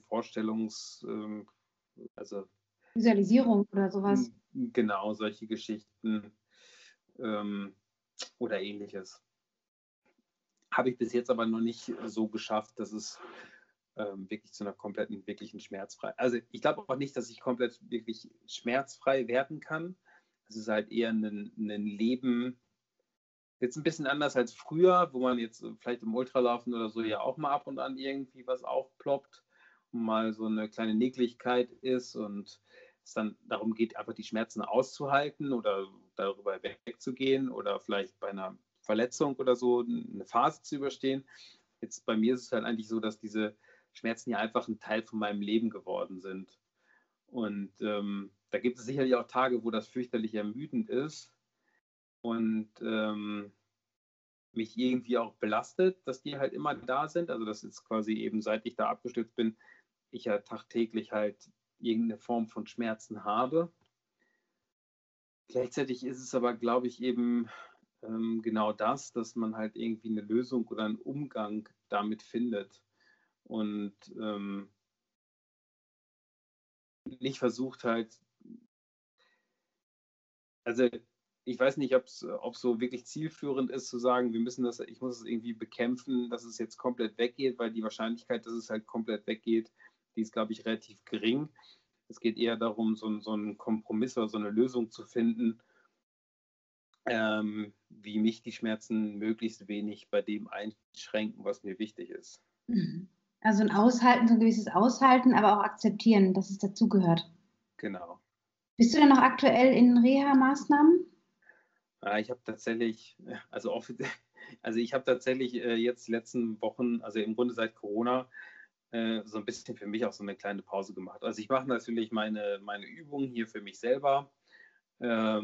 also Visualisierung oder sowas. Genau, solche Geschichten oder ähnliches. Habe ich bis jetzt aber noch nicht so geschafft, dass es wirklich zu einer kompletten, wirklichen schmerzfrei. Also ich glaube auch nicht, dass ich komplett wirklich schmerzfrei werden kann. Es ist halt eher ein Leben, jetzt ein bisschen anders als früher, wo man jetzt vielleicht im Ultralaufen oder so ja auch mal ab und an irgendwie was aufploppt und mal so eine kleine Nicklichkeit ist und es dann darum geht, einfach die Schmerzen auszuhalten oder darüber wegzugehen oder vielleicht bei einer Verletzung oder so eine Phase zu überstehen. Jetzt bei mir ist es halt eigentlich so, dass diese Schmerzen ja einfach ein Teil von meinem Leben geworden sind. Und da gibt es sicherlich auch Tage, wo das fürchterlich ermüdend ist und mich irgendwie auch belastet, dass die halt immer da sind. Also das ist quasi eben, seit ich da abgestürzt bin, ich ja tagtäglich halt irgendeine Form von Schmerzen habe. Gleichzeitig ist es aber, glaube ich, eben genau das, dass man halt irgendwie eine Lösung oder einen Umgang damit findet und nicht versucht halt, also ich weiß nicht, ob es so wirklich zielführend ist zu sagen, ich muss es irgendwie bekämpfen, dass es jetzt komplett weggeht, weil die Wahrscheinlichkeit, dass es halt komplett weggeht, die ist, glaube ich, relativ gering. Es geht eher darum, so einen Kompromiss oder so eine Lösung zu finden, wie mich die Schmerzen möglichst wenig bei dem einschränken, was mir wichtig ist. Also ein Aushalten, so ein gewisses Aushalten, aber auch akzeptieren, dass es dazugehört. Genau. Bist du denn noch aktuell in Reha-Maßnahmen? Ich habe tatsächlich, ich habe tatsächlich jetzt die letzten Wochen, also im Grunde seit Corona, so ein bisschen für mich auch so eine kleine Pause gemacht. Also ich mache natürlich meine Übungen hier für mich selber. Da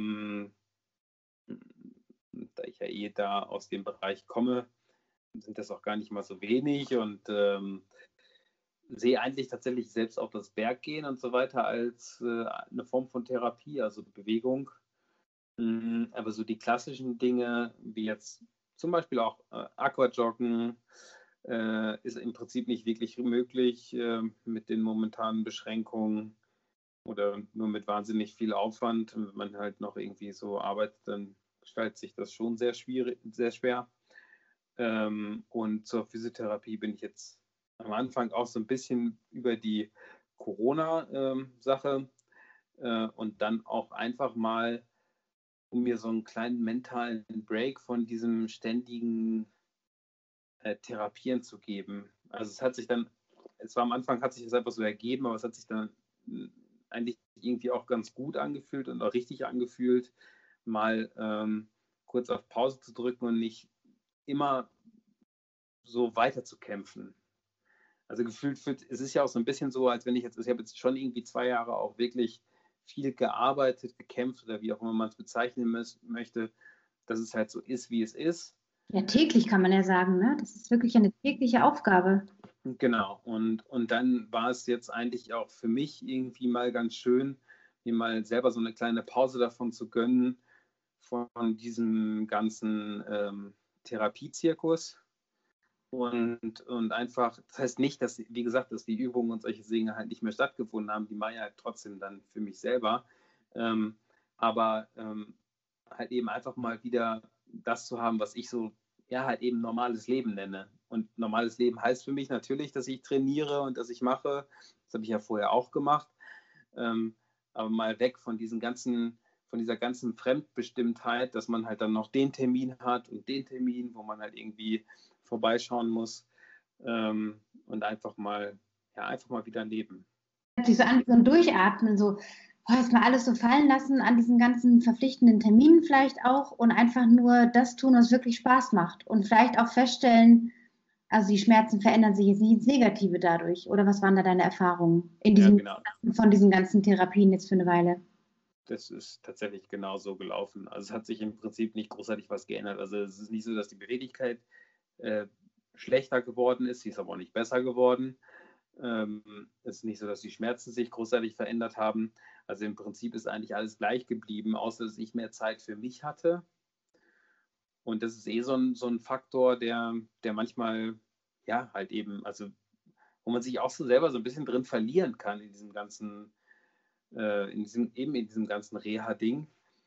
ich ja da aus dem Bereich komme, sind das auch gar nicht mal so wenig und sehe eigentlich tatsächlich selbst auch das Berggehen und so weiter als eine Form von Therapie, also Bewegung. Aber so die klassischen Dinge, wie jetzt zum Beispiel auch Aquajoggen, ist im Prinzip nicht wirklich möglich mit den momentanen Beschränkungen oder nur mit wahnsinnig viel Aufwand. Und wenn man halt noch irgendwie so arbeitet, dann gestaltet sich das schon sehr schwer. Und zur Physiotherapie bin ich jetzt am Anfang auch so ein bisschen über die Corona-Sache und dann auch einfach mal, um mir so einen kleinen mentalen Break von diesem ständigen Therapieren zu geben. Also es war am Anfang, hat sich das einfach so ergeben, aber es hat sich dann eigentlich irgendwie auch ganz gut angefühlt und auch richtig angefühlt, mal kurz auf Pause zu drücken und nicht immer so weiter zu kämpfen. Also gefühlt es ist ja auch so ein bisschen so, als wenn ich habe jetzt schon irgendwie 2 Jahre auch wirklich viel gearbeitet, gekämpft oder wie auch immer man es bezeichnen möchte, dass es halt so ist, wie es ist. Ja, täglich kann man ja sagen, ne? Das ist wirklich eine tägliche Aufgabe. Genau, und dann war es jetzt eigentlich auch für mich irgendwie mal ganz schön, mir mal selber so eine kleine Pause davon zu gönnen, von diesem ganzen Therapiezirkus. Und einfach, das heißt nicht, dass, wie gesagt, dass die Übungen und solche Dinge halt nicht mehr stattgefunden haben, die war ja halt trotzdem dann für mich selber. Aber halt eben einfach mal wieder das zu haben, was ich so, ja, halt eben normales Leben nenne. Und normales Leben heißt für mich natürlich, dass ich trainiere und dass ich mache. Das habe ich ja vorher auch gemacht. Aber mal weg von dieser ganzen Fremdbestimmtheit, dass man halt dann noch den Termin hat und den Termin, wo man halt irgendwie vorbeischauen muss und einfach mal wieder leben. Hört sich so an wie so ein Durchatmen, so jetzt mal alles so fallen lassen an diesen ganzen verpflichtenden Terminen vielleicht auch und einfach nur das tun, was wirklich Spaß macht. Und vielleicht auch feststellen, also die Schmerzen verändern sich jetzt nicht ins Negative dadurch. Oder was waren da deine Erfahrungen Genau. von diesen ganzen Therapien jetzt für eine Weile? Das ist tatsächlich genau so gelaufen. Also es hat sich im Prinzip nicht großartig was geändert. Also es ist nicht so, dass die Beweglichkeit schlechter geworden ist, sie ist aber auch nicht besser geworden. Es ist nicht so, dass die Schmerzen sich großartig verändert haben. Also im Prinzip ist eigentlich alles gleich geblieben, außer dass ich mehr Zeit für mich hatte. Und das ist so ein Faktor, der manchmal, ja, halt eben, also wo man sich auch so selber so ein bisschen drin verlieren kann in diesem ganzen, in diesem ganzen Reha-Ding.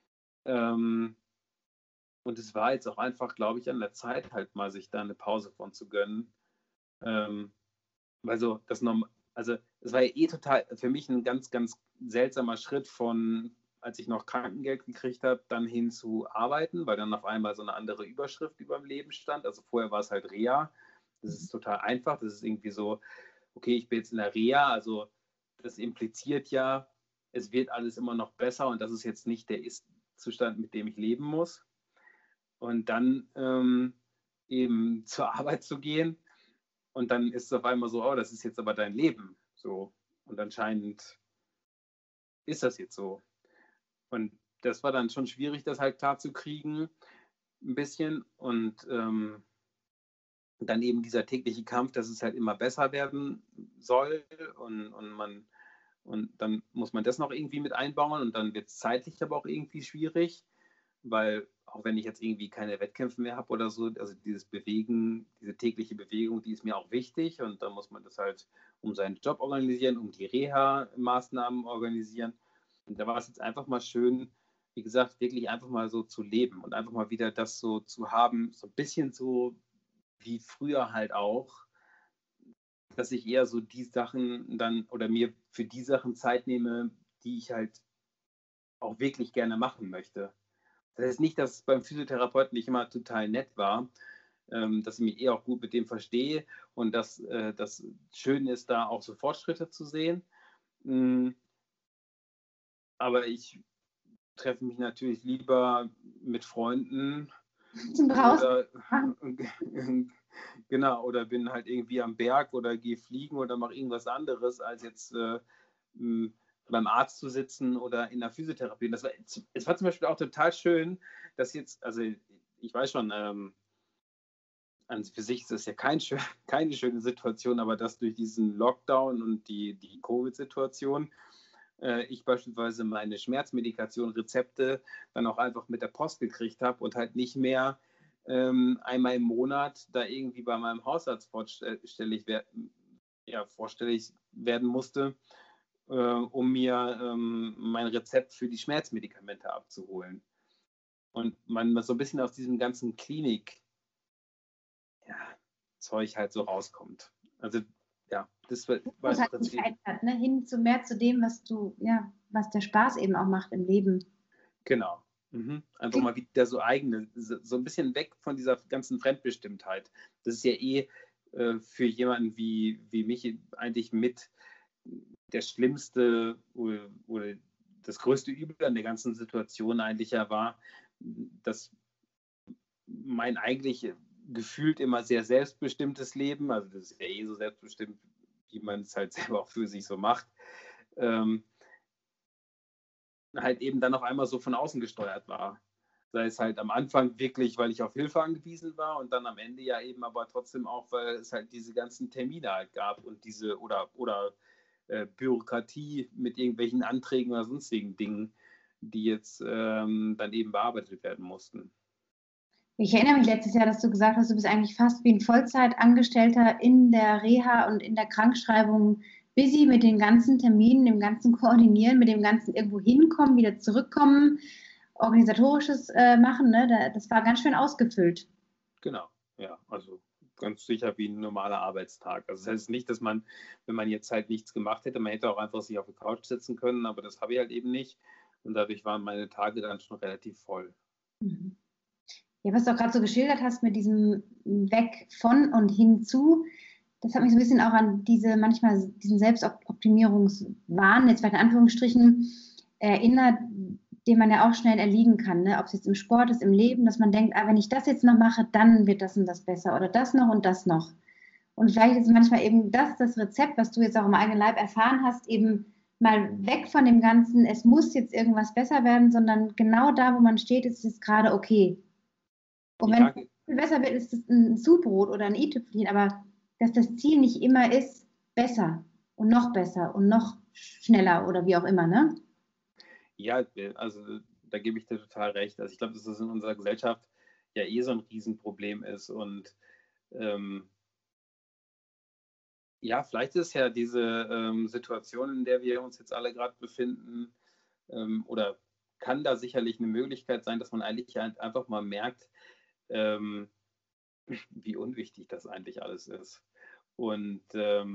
Und es war jetzt auch einfach, glaube ich, an der Zeit halt mal, sich da eine Pause von zu gönnen. Weil so also es war ja total für mich ein ganz, ganz seltsamer Schritt von, als ich noch Krankengeld gekriegt habe, dann hin zu arbeiten, weil dann auf einmal so eine andere Überschrift über dem Leben stand. Also vorher war es halt Reha. Das ist total einfach. Das ist irgendwie so, okay, ich bin jetzt in der Reha, also das impliziert ja, es wird alles immer noch besser und das ist jetzt nicht der Ist-Zustand, mit dem ich leben muss. Und dann eben zur Arbeit zu gehen und dann ist es auf einmal so, oh, das ist jetzt aber dein Leben. So. Und anscheinend ist das jetzt so. Und das war dann schon schwierig, das halt klar zu kriegen, ein bisschen. Und dann eben dieser tägliche Kampf, dass es halt immer besser werden soll. Und dann muss man das noch irgendwie mit einbauen. Und dann wird es zeitlich aber auch irgendwie schwierig, weil auch wenn ich jetzt irgendwie keine Wettkämpfe mehr habe oder so, also dieses Bewegen, diese tägliche Bewegung, die ist mir auch wichtig und dann muss man das halt um seinen Job organisieren, um die Reha-Maßnahmen organisieren. Und da war es jetzt einfach mal schön, wie gesagt, wirklich einfach mal so zu leben und einfach mal wieder das so zu haben, so ein bisschen so wie früher halt auch, dass ich eher so die Sachen dann oder mir für die Sachen Zeit nehme, die ich halt auch wirklich gerne machen möchte. Das heißt nicht, dass es beim Physiotherapeuten nicht immer total nett war, dass ich mich eh auch gut mit dem verstehe und dass das schön ist, da auch so Fortschritte zu sehen. Aber ich treffe mich natürlich lieber mit Freunden Zum Draußen. oder genau, oder bin halt irgendwie am Berg oder gehe fliegen oder mache irgendwas anderes, als jetzt beim Arzt zu sitzen oder in der Physiotherapie. Es war zum Beispiel auch total schön, dass jetzt, also ich weiß schon, an für sich ist das ja keine schöne Situation, aber dass durch diesen Lockdown und die Covid-Situation ich beispielsweise meine Schmerzmedikation, Rezepte dann auch einfach mit der Post gekriegt habe und halt nicht mehr einmal im Monat da irgendwie bei meinem Hausarzt vorstellig werden musste, um mir mein Rezept für die Schmerzmedikamente abzuholen. Und man so ein bisschen aus diesem ganzen Zeug halt so rauskommt. Also ja, das war Das hat sich verändert, ne? Hin zu mehr zu dem, was der Spaß eben auch macht im Leben. Genau. Einfach mal wieder so ein bisschen weg von dieser ganzen Fremdbestimmtheit. Das ist ja für jemanden wie mich eigentlich mit der schlimmste oder das größte Übel an der ganzen Situation eigentlich ja war, dass mein eigentlich gefühlt immer sehr selbstbestimmtes Leben, also das ist ja so selbstbestimmt, wie man es halt selber auch für sich so macht, halt eben dann auf einmal so von außen gesteuert war. Sei es halt am Anfang wirklich, weil ich auf Hilfe angewiesen war und dann am Ende ja eben aber trotzdem auch, weil es halt diese ganzen Termine halt gab und diese oder Bürokratie mit irgendwelchen Anträgen oder sonstigen Dingen, die jetzt dann eben bearbeitet werden mussten. Ich erinnere mich letztes Jahr, dass du gesagt hast, du bist eigentlich fast wie ein Vollzeitangestellter in der Reha und in der Krankschreibung busy mit den ganzen Terminen, dem ganzen Koordinieren, mit dem ganzen irgendwo hinkommen, wieder zurückkommen, organisatorisches machen. Ne? Das war ganz schön ausgefüllt. Genau, ja, also ganz sicher wie ein normaler Arbeitstag. Also das heißt nicht, dass man, wenn man jetzt halt nichts gemacht hätte, man hätte auch einfach sich auf die Couch setzen können, aber das habe ich halt eben nicht. Und dadurch waren meine Tage dann schon relativ voll. Mhm. Ja, was du auch gerade so geschildert hast mit diesem Weg von und hinzu, das hat mich so ein bisschen auch an diesen Selbstoptimierungswahn, jetzt vielleicht in Anführungsstrichen, erinnert, dem man ja auch schnell erliegen kann, ne? Ob es jetzt im Sport ist, im Leben, dass man denkt, wenn ich das jetzt noch mache, dann wird das und das besser oder das noch und das noch. Und vielleicht ist manchmal eben das Rezept, was du jetzt auch im eigenen Leib erfahren hast, eben mal weg von dem Ganzen, es muss jetzt irgendwas besser werden, sondern genau da, wo man steht, ist es gerade okay. Und wenn es viel besser wird, ist es ein Zubrot oder ein i-Tüpfelchen, aber dass das Ziel nicht immer ist, besser und noch schneller oder wie auch immer, ne? Ja, also da gebe ich dir total recht. Also ich glaube, dass das in unserer Gesellschaft ja eh so ein Riesenproblem ist. Und ja, vielleicht ist ja diese Situation, in der wir uns jetzt alle gerade befinden, oder kann da sicherlich eine Möglichkeit sein, dass man eigentlich einfach mal merkt, wie unwichtig das eigentlich alles ist. Und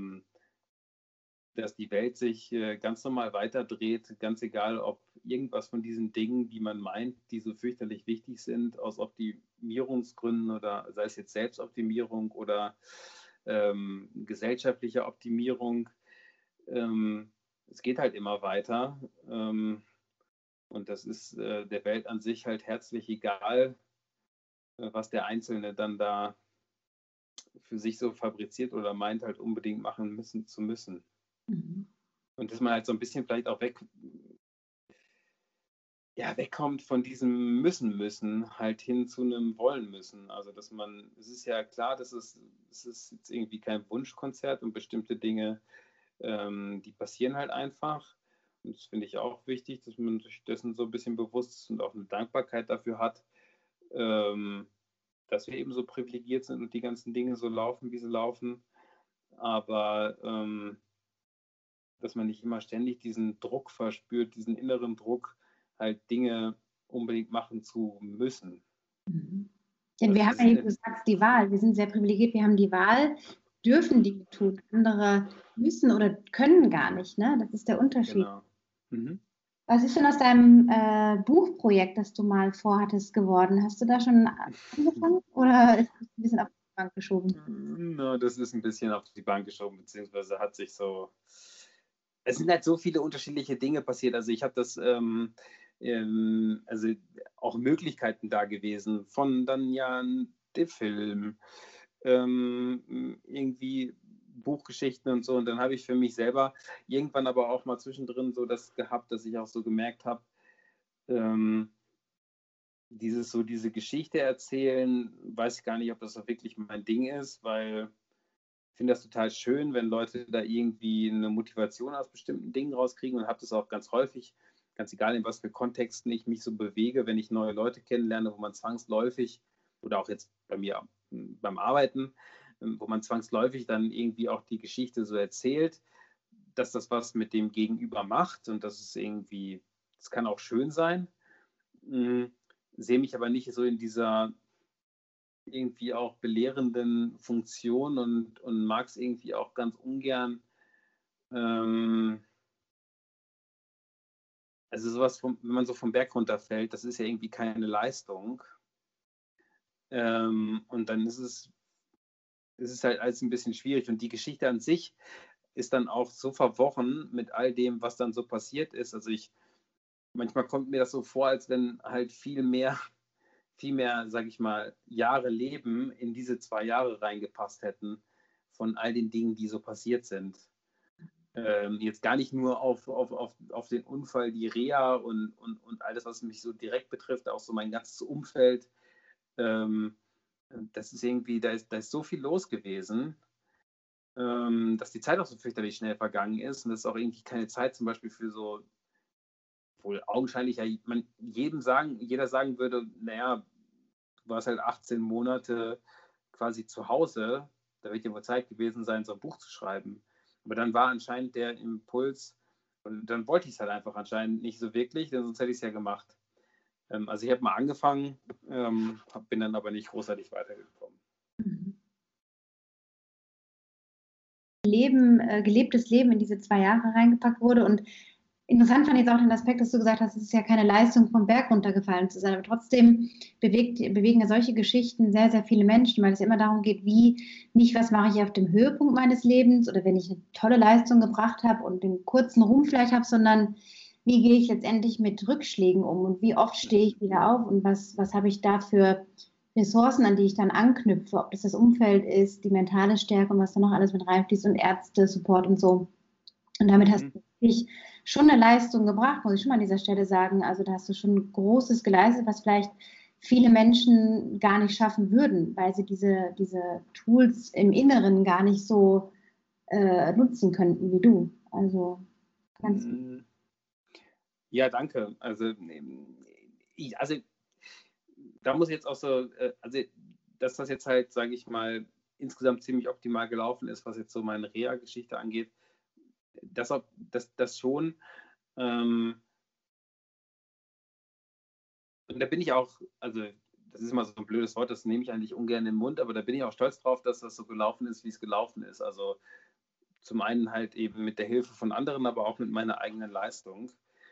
dass die Welt sich ganz normal weiterdreht, ganz egal, ob irgendwas von diesen Dingen, die man meint, die so fürchterlich wichtig sind, aus Optimierungsgründen oder sei es jetzt Selbstoptimierung oder gesellschaftliche Optimierung, es geht halt immer weiter. Und das ist der Welt an sich halt herzlich egal, was der Einzelne dann da für sich so fabriziert oder meint, halt unbedingt machen müssen. Mhm. Und dass man halt so ein bisschen vielleicht auch wegkommt von diesem müssen, halt hin zu einem wollen müssen. Also dass man, es ist ja klar, es ist jetzt irgendwie kein Wunschkonzert und bestimmte Dinge, die passieren halt einfach. Und das finde ich auch wichtig, dass man sich dessen so ein bisschen bewusst ist und auch eine Dankbarkeit dafür hat, dass wir eben so privilegiert sind und die ganzen Dinge so laufen, wie sie laufen. Aber dass man nicht immer ständig diesen Druck verspürt, diesen inneren Druck, halt Dinge unbedingt machen zu müssen. Mhm. Denn wir haben ja, wie du sagst, die Wahl. Wir sind sehr privilegiert, wir haben die Wahl, dürfen Dinge tun. Andere müssen oder können gar nicht. Ne? Das ist der Unterschied. Genau. Mhm. Was ist denn aus deinem Buchprojekt, das du mal vorhattest, geworden? Hast du da schon angefangen oder ist es ein bisschen auf die Bank geschoben? No, das ist ein bisschen auf die Bank geschoben, beziehungsweise hat sich so. Es sind halt so viele unterschiedliche Dinge passiert. Also ich habe das, also auch Möglichkeiten da gewesen, von dann ja dem Film, irgendwie Buchgeschichten und so. Und dann habe ich für mich selber irgendwann aber auch mal zwischendrin so das gehabt, dass ich auch so gemerkt habe, ähm, diese Geschichte erzählen, weiß ich gar nicht, ob das so wirklich mein Ding ist, weil ich finde das total schön, wenn Leute da irgendwie eine Motivation aus bestimmten Dingen rauskriegen und habe das auch ganz häufig, ganz egal in was für Kontexten ich mich so bewege, wenn ich neue Leute kennenlerne, wo man zwangsläufig oder auch jetzt bei mir beim Arbeiten, wo man zwangsläufig dann irgendwie auch die Geschichte so erzählt, dass das was mit dem Gegenüber macht und das ist irgendwie, das kann auch schön sein. Sehe mich aber nicht so in dieser irgendwie auch belehrenden Funktion und mag es irgendwie auch ganz ungern. Also sowas, wenn man so vom Berg runterfällt, das ist ja irgendwie keine Leistung. Und dann ist es halt alles ein bisschen schwierig. Und die Geschichte an sich ist dann auch so verworren mit all dem, was dann so passiert ist. Also manchmal kommt mir das so vor, als wenn halt viel mehr, sage ich mal, Jahre Leben in diese 2 Jahre reingepasst hätten von all den Dingen, die so passiert sind. Jetzt gar nicht nur auf den Unfall, die Reha und alles, was mich so direkt betrifft, auch so mein ganzes Umfeld. Das ist irgendwie, da ist so viel los gewesen, dass die Zeit auch so fürchterlich schnell vergangen ist und das ist auch irgendwie keine Zeit zum Beispiel für so, wohl augenscheinlich ja jeder sagen würde, naja, du warst halt 18 Monate quasi zu Hause, da wird ja wohl Zeit gewesen sein, so ein Buch zu schreiben. Aber dann war anscheinend der Impuls, und dann wollte ich es halt einfach anscheinend nicht so wirklich, denn sonst hätte ich es ja gemacht. Also ich habe mal angefangen, bin dann aber nicht großartig weitergekommen. Gelebtes Leben in diese 2 Jahre reingepackt wurde. Und interessant fand ich jetzt auch den Aspekt, dass du gesagt hast, es ist ja keine Leistung, vom Berg runtergefallen zu sein, aber trotzdem bewegen ja solche Geschichten sehr, sehr viele Menschen, weil es ja immer darum geht, nicht was mache ich auf dem Höhepunkt meines Lebens oder wenn ich eine tolle Leistung gebracht habe und den kurzen Ruhm vielleicht habe, sondern wie gehe ich letztendlich mit Rückschlägen um und wie oft stehe ich wieder auf und was habe ich da für Ressourcen, an die ich dann anknüpfe, ob das Umfeld ist, die mentale Stärke und was da noch alles mit reinfließt und Ärzte, Support und so. Und damit hast du wirklich schon eine Leistung gebracht, muss ich schon mal an dieser Stelle sagen. Also da hast du schon Großes geleistet, was vielleicht viele Menschen gar nicht schaffen würden, weil sie diese Tools im Inneren gar nicht so nutzen könnten wie du. Also ganz ja, danke. Also da muss ich jetzt auch so, also dass das jetzt halt, sage ich mal, insgesamt ziemlich optimal gelaufen ist, was jetzt so meine Reha-Geschichte angeht, das schon. Und da bin ich auch, also das ist immer so ein blödes Wort, das nehme ich eigentlich ungern in den Mund, aber da bin ich auch stolz drauf, dass das so gelaufen ist, wie es gelaufen ist. Also zum einen halt eben mit der Hilfe von anderen, aber auch mit meiner eigenen Leistung.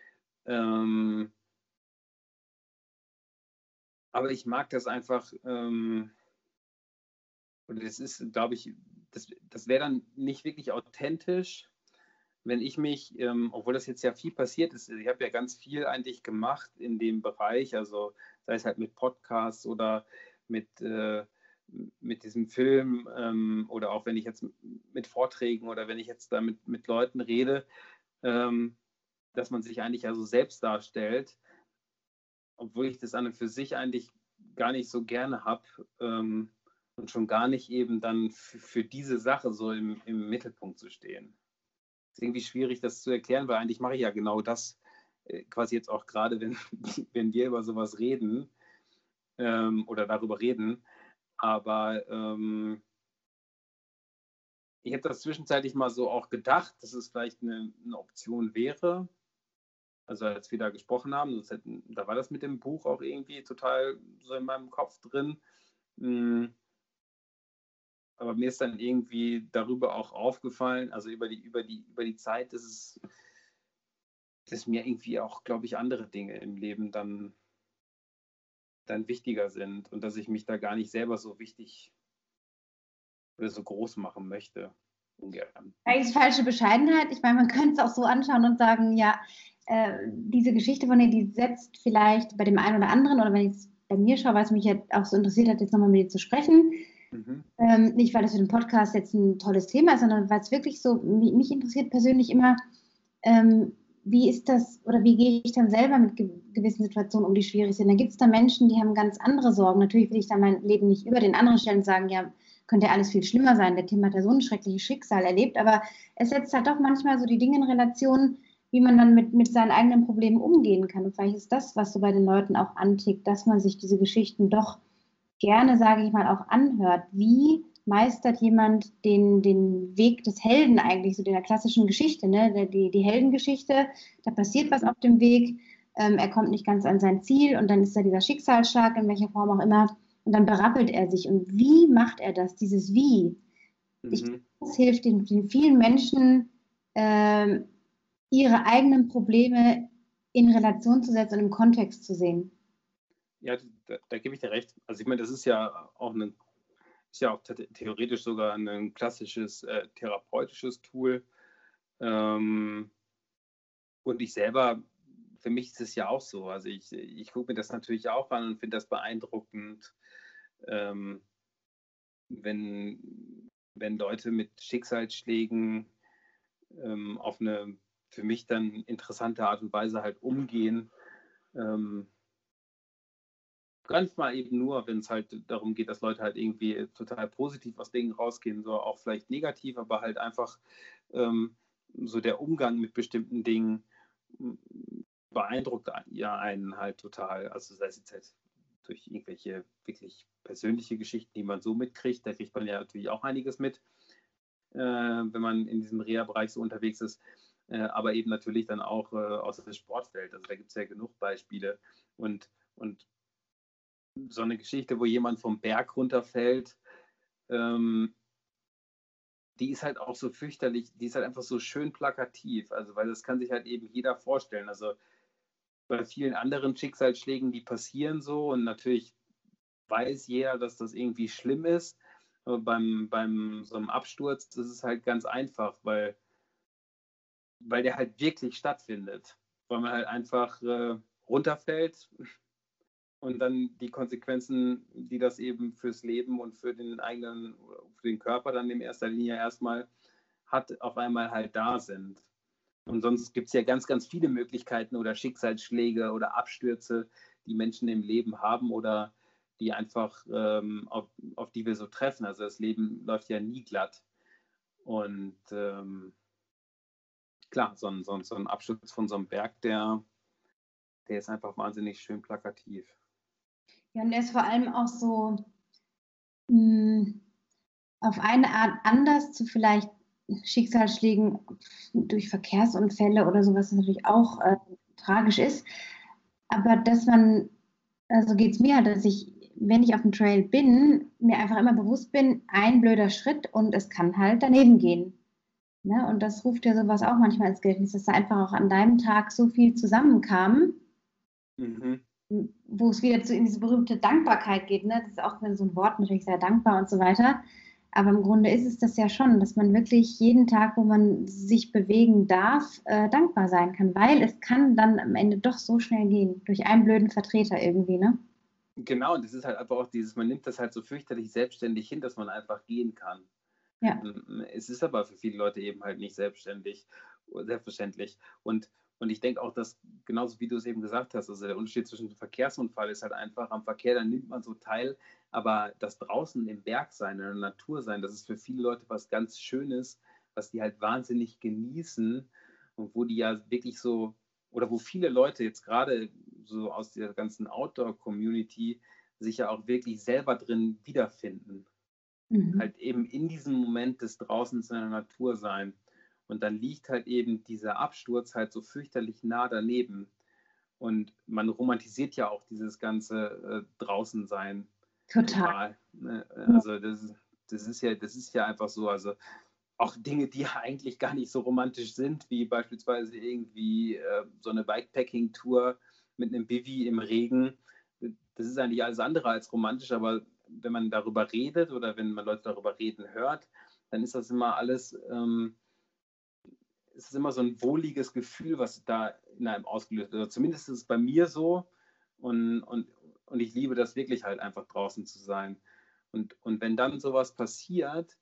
Aber ich mag das einfach, und das ist, glaube ich, das wäre dann nicht wirklich authentisch, wenn ich mich, obwohl das jetzt ja viel passiert ist, ich habe ja ganz viel eigentlich gemacht in dem Bereich, also sei es halt mit Podcasts oder mit diesem Film oder auch wenn ich jetzt mit Vorträgen oder wenn ich jetzt da mit Leuten rede, dass man sich eigentlich also selbst darstellt, obwohl ich das an und für sich eigentlich gar nicht so gerne habe und schon gar nicht eben dann für diese Sache so im Mittelpunkt zu stehen. Es ist irgendwie schwierig, das zu erklären, weil eigentlich mache ich ja genau das quasi jetzt auch gerade, wenn wir über sowas reden oder darüber reden. Aber ich habe das zwischenzeitlich mal so auch gedacht, dass es vielleicht eine Option wäre. Also als wir da gesprochen haben, da war das mit dem Buch auch irgendwie total so in meinem Kopf drin. Aber mir ist dann irgendwie darüber auch aufgefallen, also über die Zeit, dass mir irgendwie auch, glaube ich, andere Dinge im Leben dann wichtiger sind und dass ich mich da gar nicht selber so wichtig oder so groß machen möchte. Ungern. eigentlich falsche Bescheidenheit. Ich meine, man könnte es auch so anschauen und sagen, ja, diese Geschichte von dir, die setzt vielleicht bei dem einen oder anderen, oder wenn ich es bei mir schaue, weil es mich ja auch so interessiert hat, jetzt nochmal mit dir zu sprechen. Nicht, weil das für den Podcast jetzt ein tolles Thema ist, sondern weil es wirklich so, mich interessiert persönlich immer, wie ist das oder wie gehe ich dann selber mit gewissen Situationen um, die schwierig sind. Da gibt es da Menschen, die haben ganz andere Sorgen. Natürlich will ich da mein Leben nicht über den anderen stellen und sagen, ja, könnte ja alles viel schlimmer sein. Der Tim hat ja so ein schreckliches Schicksal erlebt, aber es setzt halt doch manchmal so die Dinge in Relation, wie man dann mit seinen eigenen Problemen umgehen kann. Und vielleicht ist das, was so bei den Leuten auch antickt, dass man sich diese Geschichten doch gerne, sage ich mal, auch anhört. Wie meistert jemand den Weg des Helden eigentlich, so in der klassischen Geschichte, ne? Die Heldengeschichte, da passiert was auf dem Weg, er kommt nicht ganz an sein Ziel und dann ist da dieser Schicksalsschlag, in welcher Form auch immer, und dann berappelt er sich. Und wie macht er das, dieses Wie? Das hilft den vielen Menschen, ihre eigenen Probleme in Relation zu setzen und im Kontext zu sehen. Ja, da gebe ich dir recht. Also ich meine, das ist ja auch theoretisch sogar ein klassisches therapeutisches Tool. Und ich selber, für mich ist es ja auch so. Also ich gucke mir das natürlich auch an und finde das beeindruckend, wenn Leute mit Schicksalsschlägen auf eine für mich dann interessante Art und Weise halt umgehen. Manchmal eben nur, wenn es halt darum geht, dass Leute halt irgendwie total positiv aus Dingen rausgehen, so auch vielleicht negativ, aber halt einfach so der Umgang mit bestimmten Dingen beeindruckt ja einen halt total. Also sei es jetzt halt durch irgendwelche wirklich persönliche Geschichten, die man so mitkriegt, da kriegt man ja natürlich auch einiges mit, wenn man in diesem Reha-Bereich so unterwegs ist, aber eben natürlich dann auch aus dem Sportfeld. Also da gibt es ja genug Beispiele und so eine Geschichte, wo jemand vom Berg runterfällt, die ist halt auch so fürchterlich, die ist halt einfach so schön plakativ, also weil das kann sich halt eben jeder vorstellen. Also bei vielen anderen Schicksalsschlägen, die passieren so und natürlich weiß jeder, dass das irgendwie schlimm ist, aber beim so einem Absturz ist es halt ganz einfach, weil der halt wirklich stattfindet, weil man halt einfach runterfällt und dann die Konsequenzen, die das eben fürs Leben und für den eigenen, für den Körper dann in erster Linie erstmal hat, auf einmal halt da sind. Und sonst gibt es ja ganz, ganz viele Möglichkeiten oder Schicksalsschläge oder Abstürze, die Menschen im Leben haben oder die einfach, auf die wir so treffen. Also das Leben läuft ja nie glatt. Und klar, so ein Absturz von so einem Berg, der ist einfach wahnsinnig schön plakativ. Ja, und der ist vor allem auch so auf eine Art anders zu vielleicht Schicksalsschlägen durch Verkehrsunfälle oder sowas, was natürlich auch tragisch ist. Aber dass man, also geht es mir halt, dass ich, wenn ich auf dem Trail bin, mir einfach immer bewusst bin, ein blöder Schritt und es kann halt daneben gehen. Ne? Und das ruft ja sowas auch manchmal ins Gedächtnis, dass da einfach auch an deinem Tag so viel zusammenkam, wo es wieder in diese berühmte Dankbarkeit geht. Ne? Das ist auch so ein Wort, natürlich sehr dankbar und so weiter. Aber im Grunde ist es das ja schon, dass man wirklich jeden Tag, wo man sich bewegen darf, dankbar sein kann, weil es kann dann am Ende doch so schnell gehen, durch einen blöden Vertreter irgendwie, ne? Genau, und das ist halt einfach auch dieses, man nimmt das halt so fürchterlich selbstständig hin, dass man einfach gehen kann. Ja. Es ist aber für viele Leute eben halt nicht selbstverständlich. Und ich denke auch, dass genauso wie du es eben gesagt hast, also der Unterschied zwischen einem Verkehrsunfall ist halt einfach, am Verkehr, dann nimmt man so teil, aber das draußen im Berg sein, in der Natur sein, das ist für viele Leute was ganz Schönes, was die halt wahnsinnig genießen und wo die ja wirklich so, oder wo viele Leute jetzt gerade so aus der ganzen Outdoor-Community sich ja auch wirklich selber drin wiederfinden. Halt eben in diesem Moment des Draußens in der Natur sein. Und dann liegt halt eben dieser Absturz halt so fürchterlich nah daneben. Und man romantisiert ja auch dieses ganze Draußensein total. Also das ist ja einfach so. Also auch Dinge, die ja eigentlich gar nicht so romantisch sind, wie beispielsweise irgendwie so eine Bikepacking-Tour mit einem Bivy im Regen. Das ist eigentlich alles andere als romantisch, aber wenn man darüber redet oder wenn man Leute darüber reden hört, dann ist das immer alles, es ist immer so ein wohliges Gefühl, was da in einem ausgelöst wird. Also zumindest ist es bei mir so und ich liebe das wirklich halt einfach draußen zu sein. Und wenn dann sowas passiert,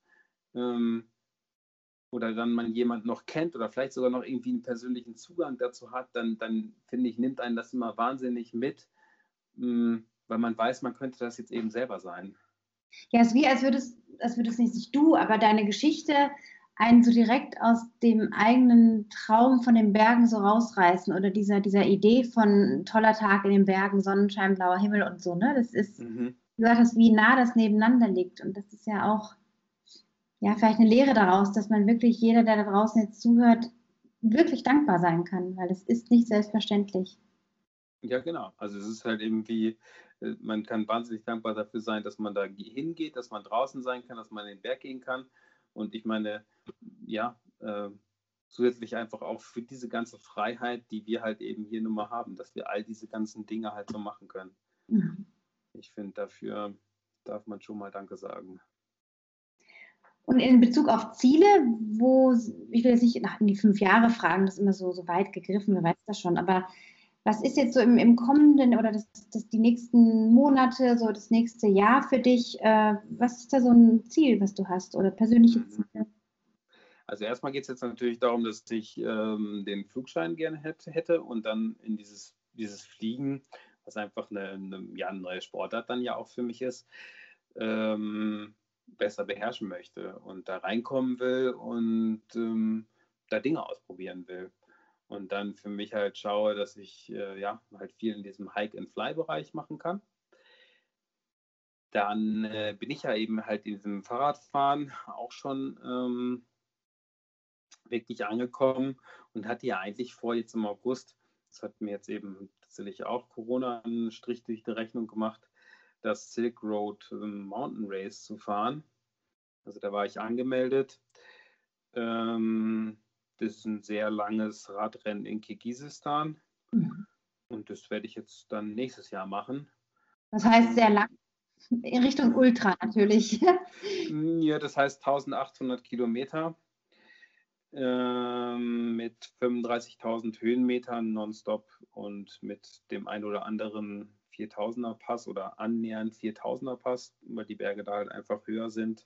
oder dann man jemanden noch kennt oder vielleicht sogar noch irgendwie einen persönlichen Zugang dazu hat, dann finde ich, nimmt einen das immer wahnsinnig mit, weil man weiß, man könnte das jetzt eben selber sein. Ja, es ist wie, als würdest nicht du, aber deine Geschichte einen so direkt aus dem eigenen Traum von den Bergen so rausreißen oder dieser Idee von toller Tag in den Bergen, Sonnenschein, blauer Himmel und so, ne? Das ist, du sagst, wie nah das nebeneinander liegt und das ist ja auch, ja, vielleicht eine Lehre daraus, dass man wirklich, jeder, der da draußen jetzt zuhört, wirklich dankbar sein kann, weil es ist nicht selbstverständlich. Ja, genau. Also es ist halt eben wie, man kann wahnsinnig dankbar dafür sein, dass man da hingeht, dass man draußen sein kann, dass man in den Berg gehen kann. Und ich meine, ja, zusätzlich einfach auch für diese ganze Freiheit, die wir halt eben hier nun mal haben, dass wir all diese ganzen Dinge halt so machen können. Mhm. Ich finde, dafür darf man schon mal Danke sagen. Und in Bezug auf Ziele, ich will jetzt nicht nach die 5 Jahre fragen, das ist immer so weit gegriffen, wer weiß das schon, aber was ist jetzt so im kommenden oder die nächsten Monate, so das nächste Jahr für dich? Was ist da so ein Ziel, was du hast oder persönliche Ziele? Also erstmal geht es jetzt natürlich darum, dass ich den Flugschein gerne hätte und dann in dieses Fliegen, was einfach eine neue Sportart dann ja auch für mich ist, besser beherrschen möchte und da reinkommen will und da Dinge ausprobieren will. Und dann für mich halt schaue, dass ich halt viel in diesem Hike-and-Fly-Bereich machen kann. Dann bin ich ja eben halt in diesem Fahrradfahren auch schon wirklich angekommen und hatte ja eigentlich vor, jetzt im August, das hat mir jetzt eben tatsächlich auch Corona einen Strich durch die Rechnung gemacht, das Silk Road Mountain Race zu fahren. Also da war ich angemeldet. Das ist ein sehr langes Radrennen in Kirgisistan. Und das werde ich jetzt dann nächstes Jahr machen. Das heißt sehr lang, in Richtung Ultra natürlich. Ja, das heißt 1800 Kilometer mit 35.000 Höhenmetern nonstop und mit dem ein oder anderen 4000er Pass oder annähernd 4000er Pass, weil die Berge da halt einfach höher sind.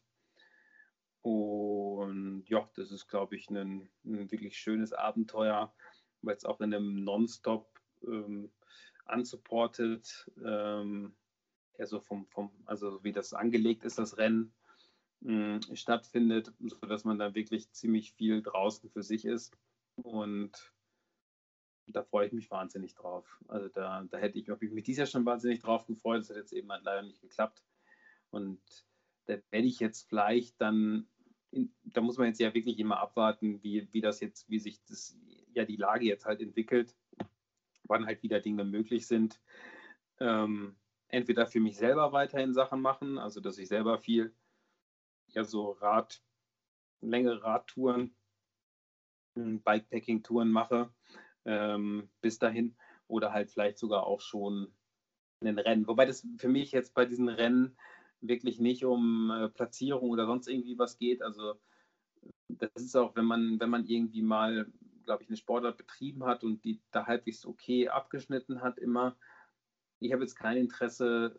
Und ja, das ist, glaube ich, ein wirklich schönes Abenteuer, weil es auch in einem Nonstop unsupported, also also wie das angelegt ist, das Rennen stattfindet, sodass man dann wirklich ziemlich viel draußen für sich ist. Und da freue ich mich wahnsinnig drauf. Also da hätte ich mich dieses Jahr schon wahnsinnig drauf gefreut. Das hat jetzt eben halt leider nicht geklappt. Und da werde ich jetzt vielleicht dann, da muss man jetzt ja wirklich immer abwarten, wie sich die Lage jetzt halt entwickelt, wann halt wieder Dinge möglich sind. Entweder für mich selber weiterhin Sachen machen, also dass ich selber viel so längere Radtouren, Bikepacking-Touren mache bis dahin oder halt vielleicht sogar auch schon ein Rennen. Wobei das für mich jetzt bei diesen Rennen wirklich nicht um Platzierung oder sonst irgendwie was geht. Also das ist auch, wenn man irgendwie mal, glaube ich, eine Sportart betrieben hat und die da halbwegs okay abgeschnitten hat immer. Ich habe jetzt kein Interesse,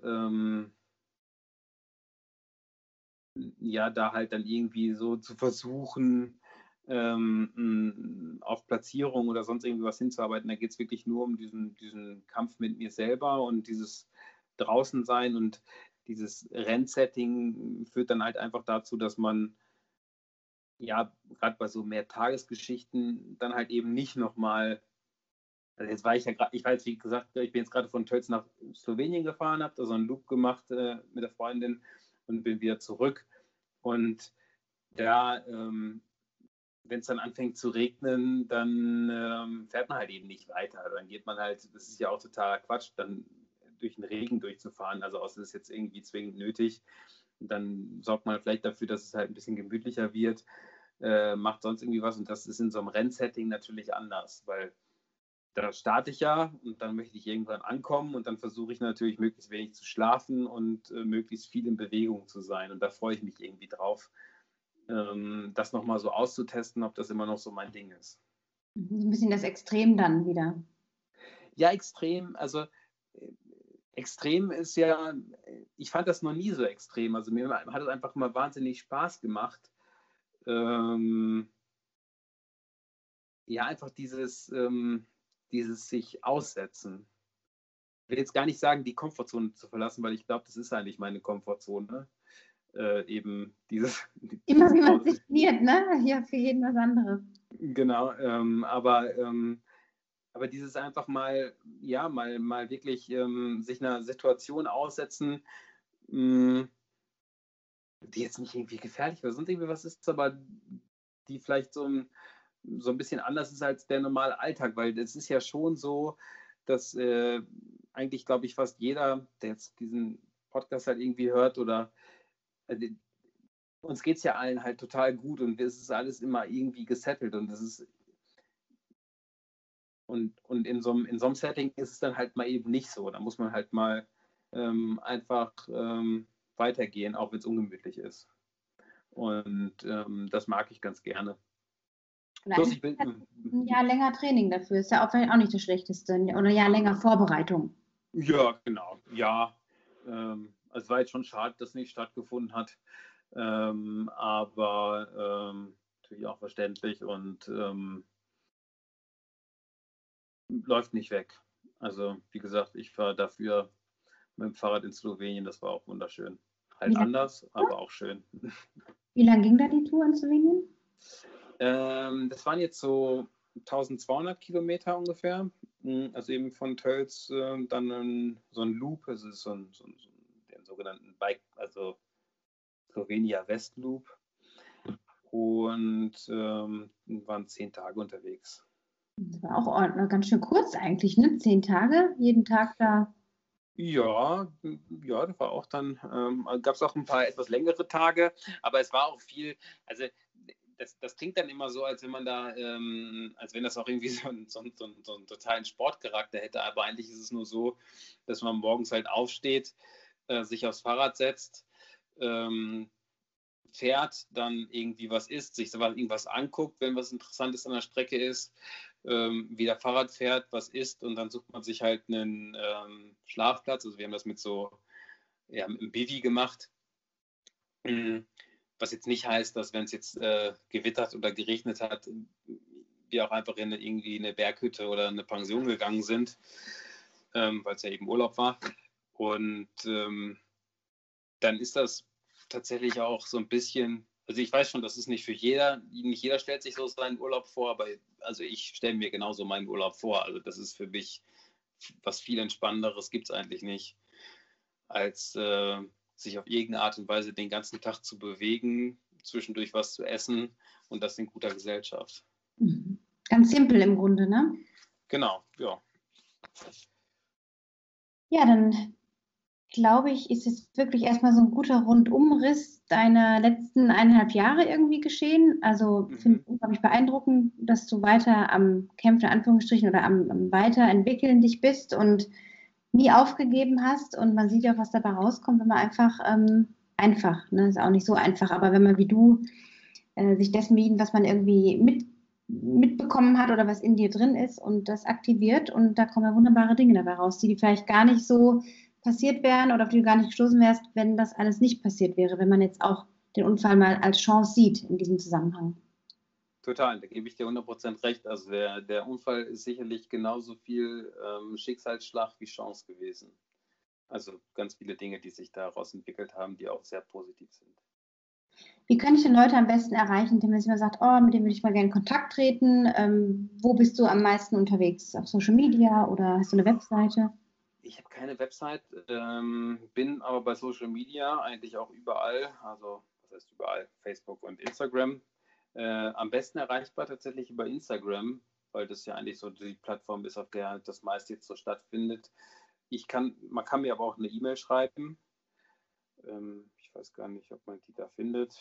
da halt dann irgendwie so zu versuchen, auf Platzierung oder sonst irgendwie was hinzuarbeiten. Da geht es wirklich nur um diesen Kampf mit mir selber und dieses Draußensein und dieses Rennsetting führt dann halt einfach dazu, dass man gerade bei so mehr Tagesgeschichten dann halt eben nicht nochmal, also jetzt war ich war jetzt wie gesagt, ich bin jetzt gerade von Tölz nach Slowenien gefahren, habe da so einen Loop gemacht mit der Freundin und bin wieder zurück. Und da, wenn es dann anfängt zu regnen, dann fährt man halt eben nicht weiter. Dann geht man halt, das ist ja auch totaler Quatsch, dann durch den Regen durchzufahren, also außer es ist jetzt irgendwie zwingend nötig. Und dann sorgt man vielleicht dafür, dass es halt ein bisschen gemütlicher wird, macht sonst irgendwie was. Und das ist in so einem Rennsetting natürlich anders, weil da starte ich ja und dann möchte ich irgendwann ankommen und dann versuche ich natürlich möglichst wenig zu schlafen und möglichst viel in Bewegung zu sein. Und da freue ich mich irgendwie drauf, das nochmal so auszutesten, ob das immer noch so mein Ding ist. Ein bisschen das Extrem dann wieder. Ja, extrem. Also extrem ist ja, ich fand das noch nie so extrem. Also mir hat es einfach mal wahnsinnig Spaß gemacht. Einfach dieses sich aussetzen. Ich will jetzt gar nicht sagen, die Komfortzone zu verlassen, weil ich glaube, das ist eigentlich meine Komfortzone. Eben dieses. Immer wie man sich definiert, ne? Ja, für jeden was anderes. Genau, aber dieses einfach mal wirklich sich einer Situation aussetzen, die jetzt nicht irgendwie gefährlich oder sonst irgendwie was ist, aber die vielleicht so ein bisschen anders ist als der normale Alltag, weil es ist ja schon so, dass eigentlich, glaube ich, fast jeder, der jetzt diesen Podcast halt irgendwie hört oder uns geht es ja allen halt total gut und es ist alles immer irgendwie gesettelt und es ist und in so einem Setting ist es dann halt mal eben nicht so. Da muss man halt mal einfach weitergehen, auch wenn es ungemütlich ist. Und das mag ich ganz gerne. Plus, ich bin ein Jahr länger Training dafür, ist ja auch nicht das Schlechteste. Oder ein Jahr länger Vorbereitung. Ja, genau. Ja, es war jetzt schon schade, dass es nicht stattgefunden hat. Aber natürlich auch verständlich und läuft nicht weg. Also wie gesagt, ich fahre dafür mit dem Fahrrad in Slowenien, das war auch wunderschön. Halt anders, aber auch schön. Wie lang ging da die Tour in Slowenien? Das waren jetzt so 1200 Kilometer ungefähr. Also eben von Tölz dann so ein Loop, also so den sogenannten Bike, also Slovenia West Loop. Und waren 10 Tage unterwegs. Das war auch ganz schön kurz eigentlich, ne? 10 Tage, jeden Tag da. Ja, das war auch dann, gab es auch ein paar etwas längere Tage, aber es war auch viel, also das klingt dann immer so, als wenn man da, als wenn das auch irgendwie so einen totalen Sportcharakter hätte, aber eigentlich ist es nur so, dass man morgens halt aufsteht, sich aufs Fahrrad setzt, fährt, dann irgendwie was isst, sich irgendwas anguckt, wenn was Interessantes an der Strecke ist, wieder Fahrrad fährt, was isst und dann sucht man sich halt einen Schlafplatz. Also wir haben das mit mit einem Bivi gemacht, was jetzt nicht heißt, dass wenn es jetzt gewittert oder geregnet hat, wir auch einfach in irgendwie eine Berghütte oder eine Pension gegangen sind, weil es ja eben Urlaub war. Und dann ist das tatsächlich auch so ein bisschen, also ich weiß schon, das ist nicht für nicht jeder stellt sich so seinen Urlaub vor, aber also ich stelle mir genauso meinen Urlaub vor. Also das ist für mich was viel Entspannenderes gibt es eigentlich nicht, als sich auf irgendeine Art und Weise den ganzen Tag zu bewegen, zwischendurch was zu essen und das in guter Gesellschaft. Ganz simpel im Grunde, ne? Genau, ja. Ja, dann glaube ich, ist es wirklich erstmal so ein guter Rundumriss deiner letzten 1,5 Jahre irgendwie geschehen. Also finde ich unglaublich beeindruckend, dass du weiter am Kämpfen, in Anführungsstrichen, oder am Weiterentwickeln dich bist und nie aufgegeben hast. Und man sieht ja auch, was dabei rauskommt, wenn man einfach, ne, ist auch nicht so einfach, aber wenn man wie du sich dessen bedient, was man irgendwie mitbekommen hat oder was in dir drin ist und das aktiviert und da kommen ja wunderbare Dinge dabei raus, die vielleicht gar nicht so passiert wären oder auf die du gar nicht gestoßen wärst, wenn das alles nicht passiert wäre, wenn man jetzt auch den Unfall mal als Chance sieht in diesem Zusammenhang. Total, da gebe ich dir 100% recht. Also der Unfall ist sicherlich genauso viel Schicksalsschlag wie Chance gewesen. Also ganz viele Dinge, die sich daraus entwickelt haben, die auch sehr positiv sind. Wie kann ich denn Leute am besten erreichen, indem man sich mal sagt, oh, mit dem würde ich mal gerne in Kontakt treten? Wo bist du am meisten unterwegs? Auf Social Media oder hast du eine Webseite? Ich habe keine Website, bin aber bei Social Media eigentlich auch überall, also was heißt überall, Facebook und Instagram. Am besten erreichbar tatsächlich über Instagram, weil das ja eigentlich so die Plattform ist, auf der das meiste jetzt so stattfindet. Man kann mir aber auch eine E-Mail schreiben. Ich weiß gar nicht, ob man die da findet.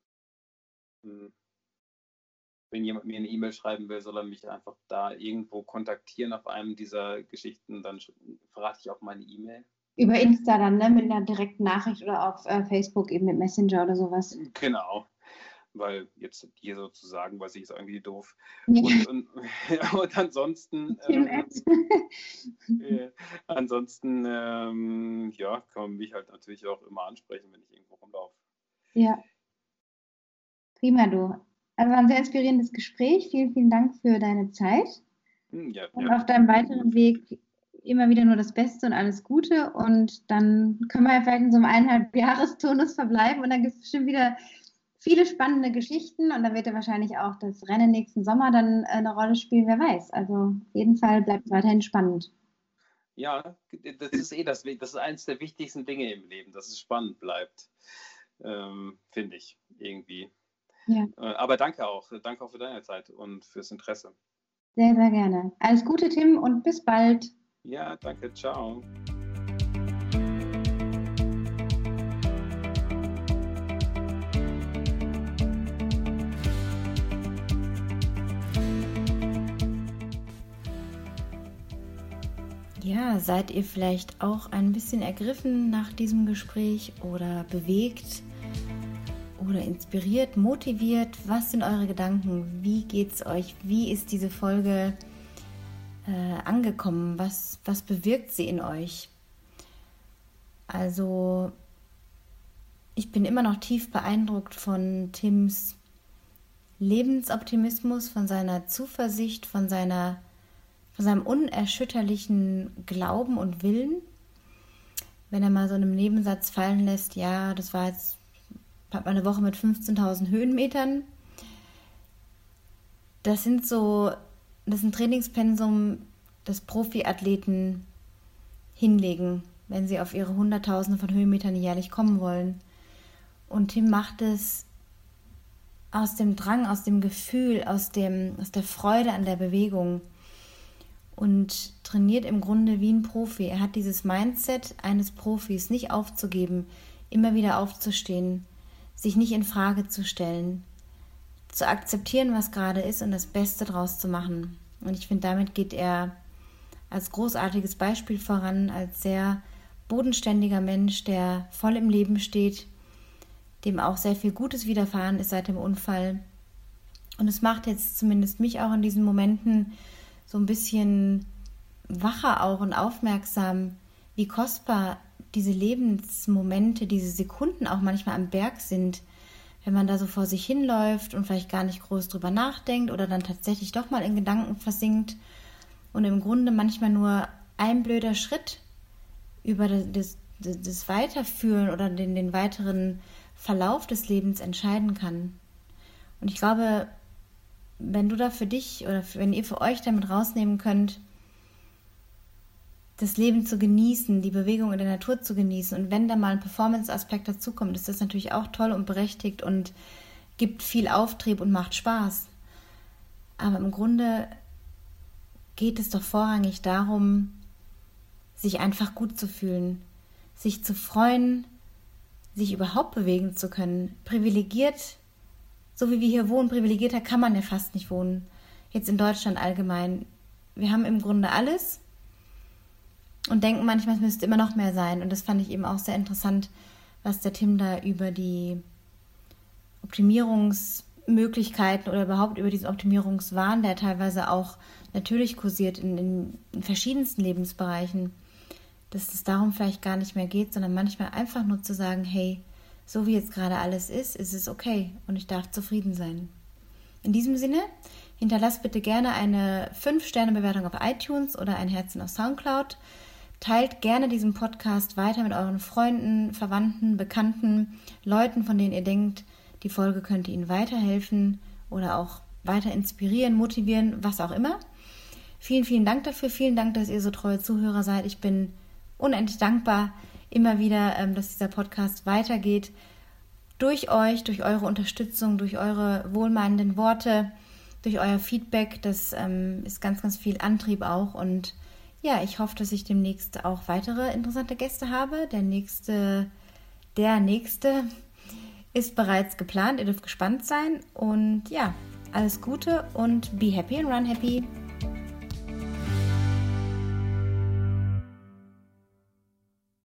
Wenn jemand mir eine E-Mail schreiben will, soll er mich einfach da irgendwo kontaktieren auf einem dieser Geschichten, dann verrate ich auch meine E-Mail. Über Insta dann, ne, mit einer direkten Nachricht oder auf Facebook eben mit Messenger oder sowas. Genau, weil jetzt hier so zu sagen, weiß ich, ist irgendwie doof. Ja. Und ansonsten, ansonsten ja, kann man mich halt natürlich auch immer ansprechen, wenn ich irgendwo rumlaufe. Ja, prima, du. Also war ein sehr inspirierendes Gespräch. Vielen, vielen Dank für deine Zeit. Ja, und auf deinem weiteren Weg immer wieder nur das Beste und alles Gute. Und dann können wir ja vielleicht in so einem 1,5-Jahres-Turnus verbleiben und dann gibt es bestimmt wieder viele spannende Geschichten und dann wird ja wahrscheinlich auch das Rennen nächsten Sommer dann eine Rolle spielen, wer weiß. Also auf jeden Fall bleibt es weiterhin spannend. Ja, das ist das ist eines der wichtigsten Dinge im Leben, dass es spannend bleibt, finde ich irgendwie. Ja. Aber danke auch für deine Zeit und fürs Interesse. Sehr, sehr gerne. Alles Gute, Tim, und bis bald. Ja, danke, ciao. Ja, seid ihr vielleicht auch ein bisschen ergriffen nach diesem Gespräch oder bewegt oder inspiriert, motiviert? Was sind eure Gedanken? Wie geht's euch? Wie ist diese Folge angekommen? Was bewirkt sie in euch? Also, ich bin immer noch tief beeindruckt von Tims Lebensoptimismus, von seiner Zuversicht, von seinem unerschütterlichen Glauben und Willen. Wenn er mal so in einem Nebensatz fallen lässt, ja, das war jetzt, hat man eine Woche mit 15.000 Höhenmetern. Das ist ein Trainingspensum, das Profiathleten hinlegen, wenn sie auf ihre Hunderttausende von Höhenmetern jährlich kommen wollen. Und Tim macht es aus dem Drang, aus dem Gefühl, aus der Freude an der Bewegung und trainiert im Grunde wie ein Profi. Er hat dieses Mindset eines Profis, nicht aufzugeben, immer wieder aufzustehen, sich nicht in Frage zu stellen, zu akzeptieren, was gerade ist und das Beste draus zu machen. Und ich finde, damit geht er als großartiges Beispiel voran, als sehr bodenständiger Mensch, der voll im Leben steht, dem auch sehr viel Gutes widerfahren ist seit dem Unfall. Und es macht jetzt zumindest mich auch in diesen Momenten so ein bisschen wacher auch und aufmerksam, wie kostbar diese Lebensmomente, diese Sekunden auch manchmal am Berg sind, wenn man da so vor sich hinläuft und vielleicht gar nicht groß drüber nachdenkt oder dann tatsächlich doch mal in Gedanken versinkt und im Grunde manchmal nur ein blöder Schritt über das Weiterführen oder den weiteren Verlauf des Lebens entscheiden kann. Und ich glaube, wenn du da für dich oder wenn ihr für euch damit rausnehmen könnt, das Leben zu genießen, die Bewegung in der Natur zu genießen und wenn da mal ein Performance-Aspekt dazukommt, ist das natürlich auch toll und berechtigt und gibt viel Auftrieb und macht Spaß. Aber im Grunde geht es doch vorrangig darum, sich einfach gut zu fühlen, sich zu freuen, sich überhaupt bewegen zu können. Privilegiert, so wie wir hier wohnen, privilegierter kann man ja fast nicht wohnen. Jetzt in Deutschland allgemein. Wir haben im Grunde alles und denken manchmal, es müsste immer noch mehr sein. Und das fand ich eben auch sehr interessant, was der Tim da über die Optimierungsmöglichkeiten oder überhaupt über diesen Optimierungswahn, der teilweise auch natürlich kursiert in verschiedensten Lebensbereichen, dass es darum vielleicht gar nicht mehr geht, sondern manchmal einfach nur zu sagen, hey, so wie jetzt gerade alles ist es okay und ich darf zufrieden sein. In diesem Sinne, hinterlasst bitte gerne eine 5-Sterne-Bewertung auf iTunes oder ein Herzchen auf Soundcloud. Teilt gerne diesen Podcast weiter mit euren Freunden, Verwandten, Bekannten, Leuten, von denen ihr denkt, die Folge könnte ihnen weiterhelfen oder auch weiter inspirieren, motivieren, was auch immer. Vielen, vielen Dank dafür. Vielen Dank, dass ihr so treue Zuhörer seid. Ich bin unendlich dankbar immer wieder, dass dieser Podcast weitergeht. Durch euch, durch eure Unterstützung, durch eure wohlmeinenden Worte, durch euer Feedback. Das ist ganz, ganz viel Antrieb auch. Und ja, ich hoffe, dass ich demnächst auch weitere interessante Gäste habe. Der nächste ist bereits geplant. Ihr dürft gespannt sein. Und ja, alles Gute und be happy and run happy.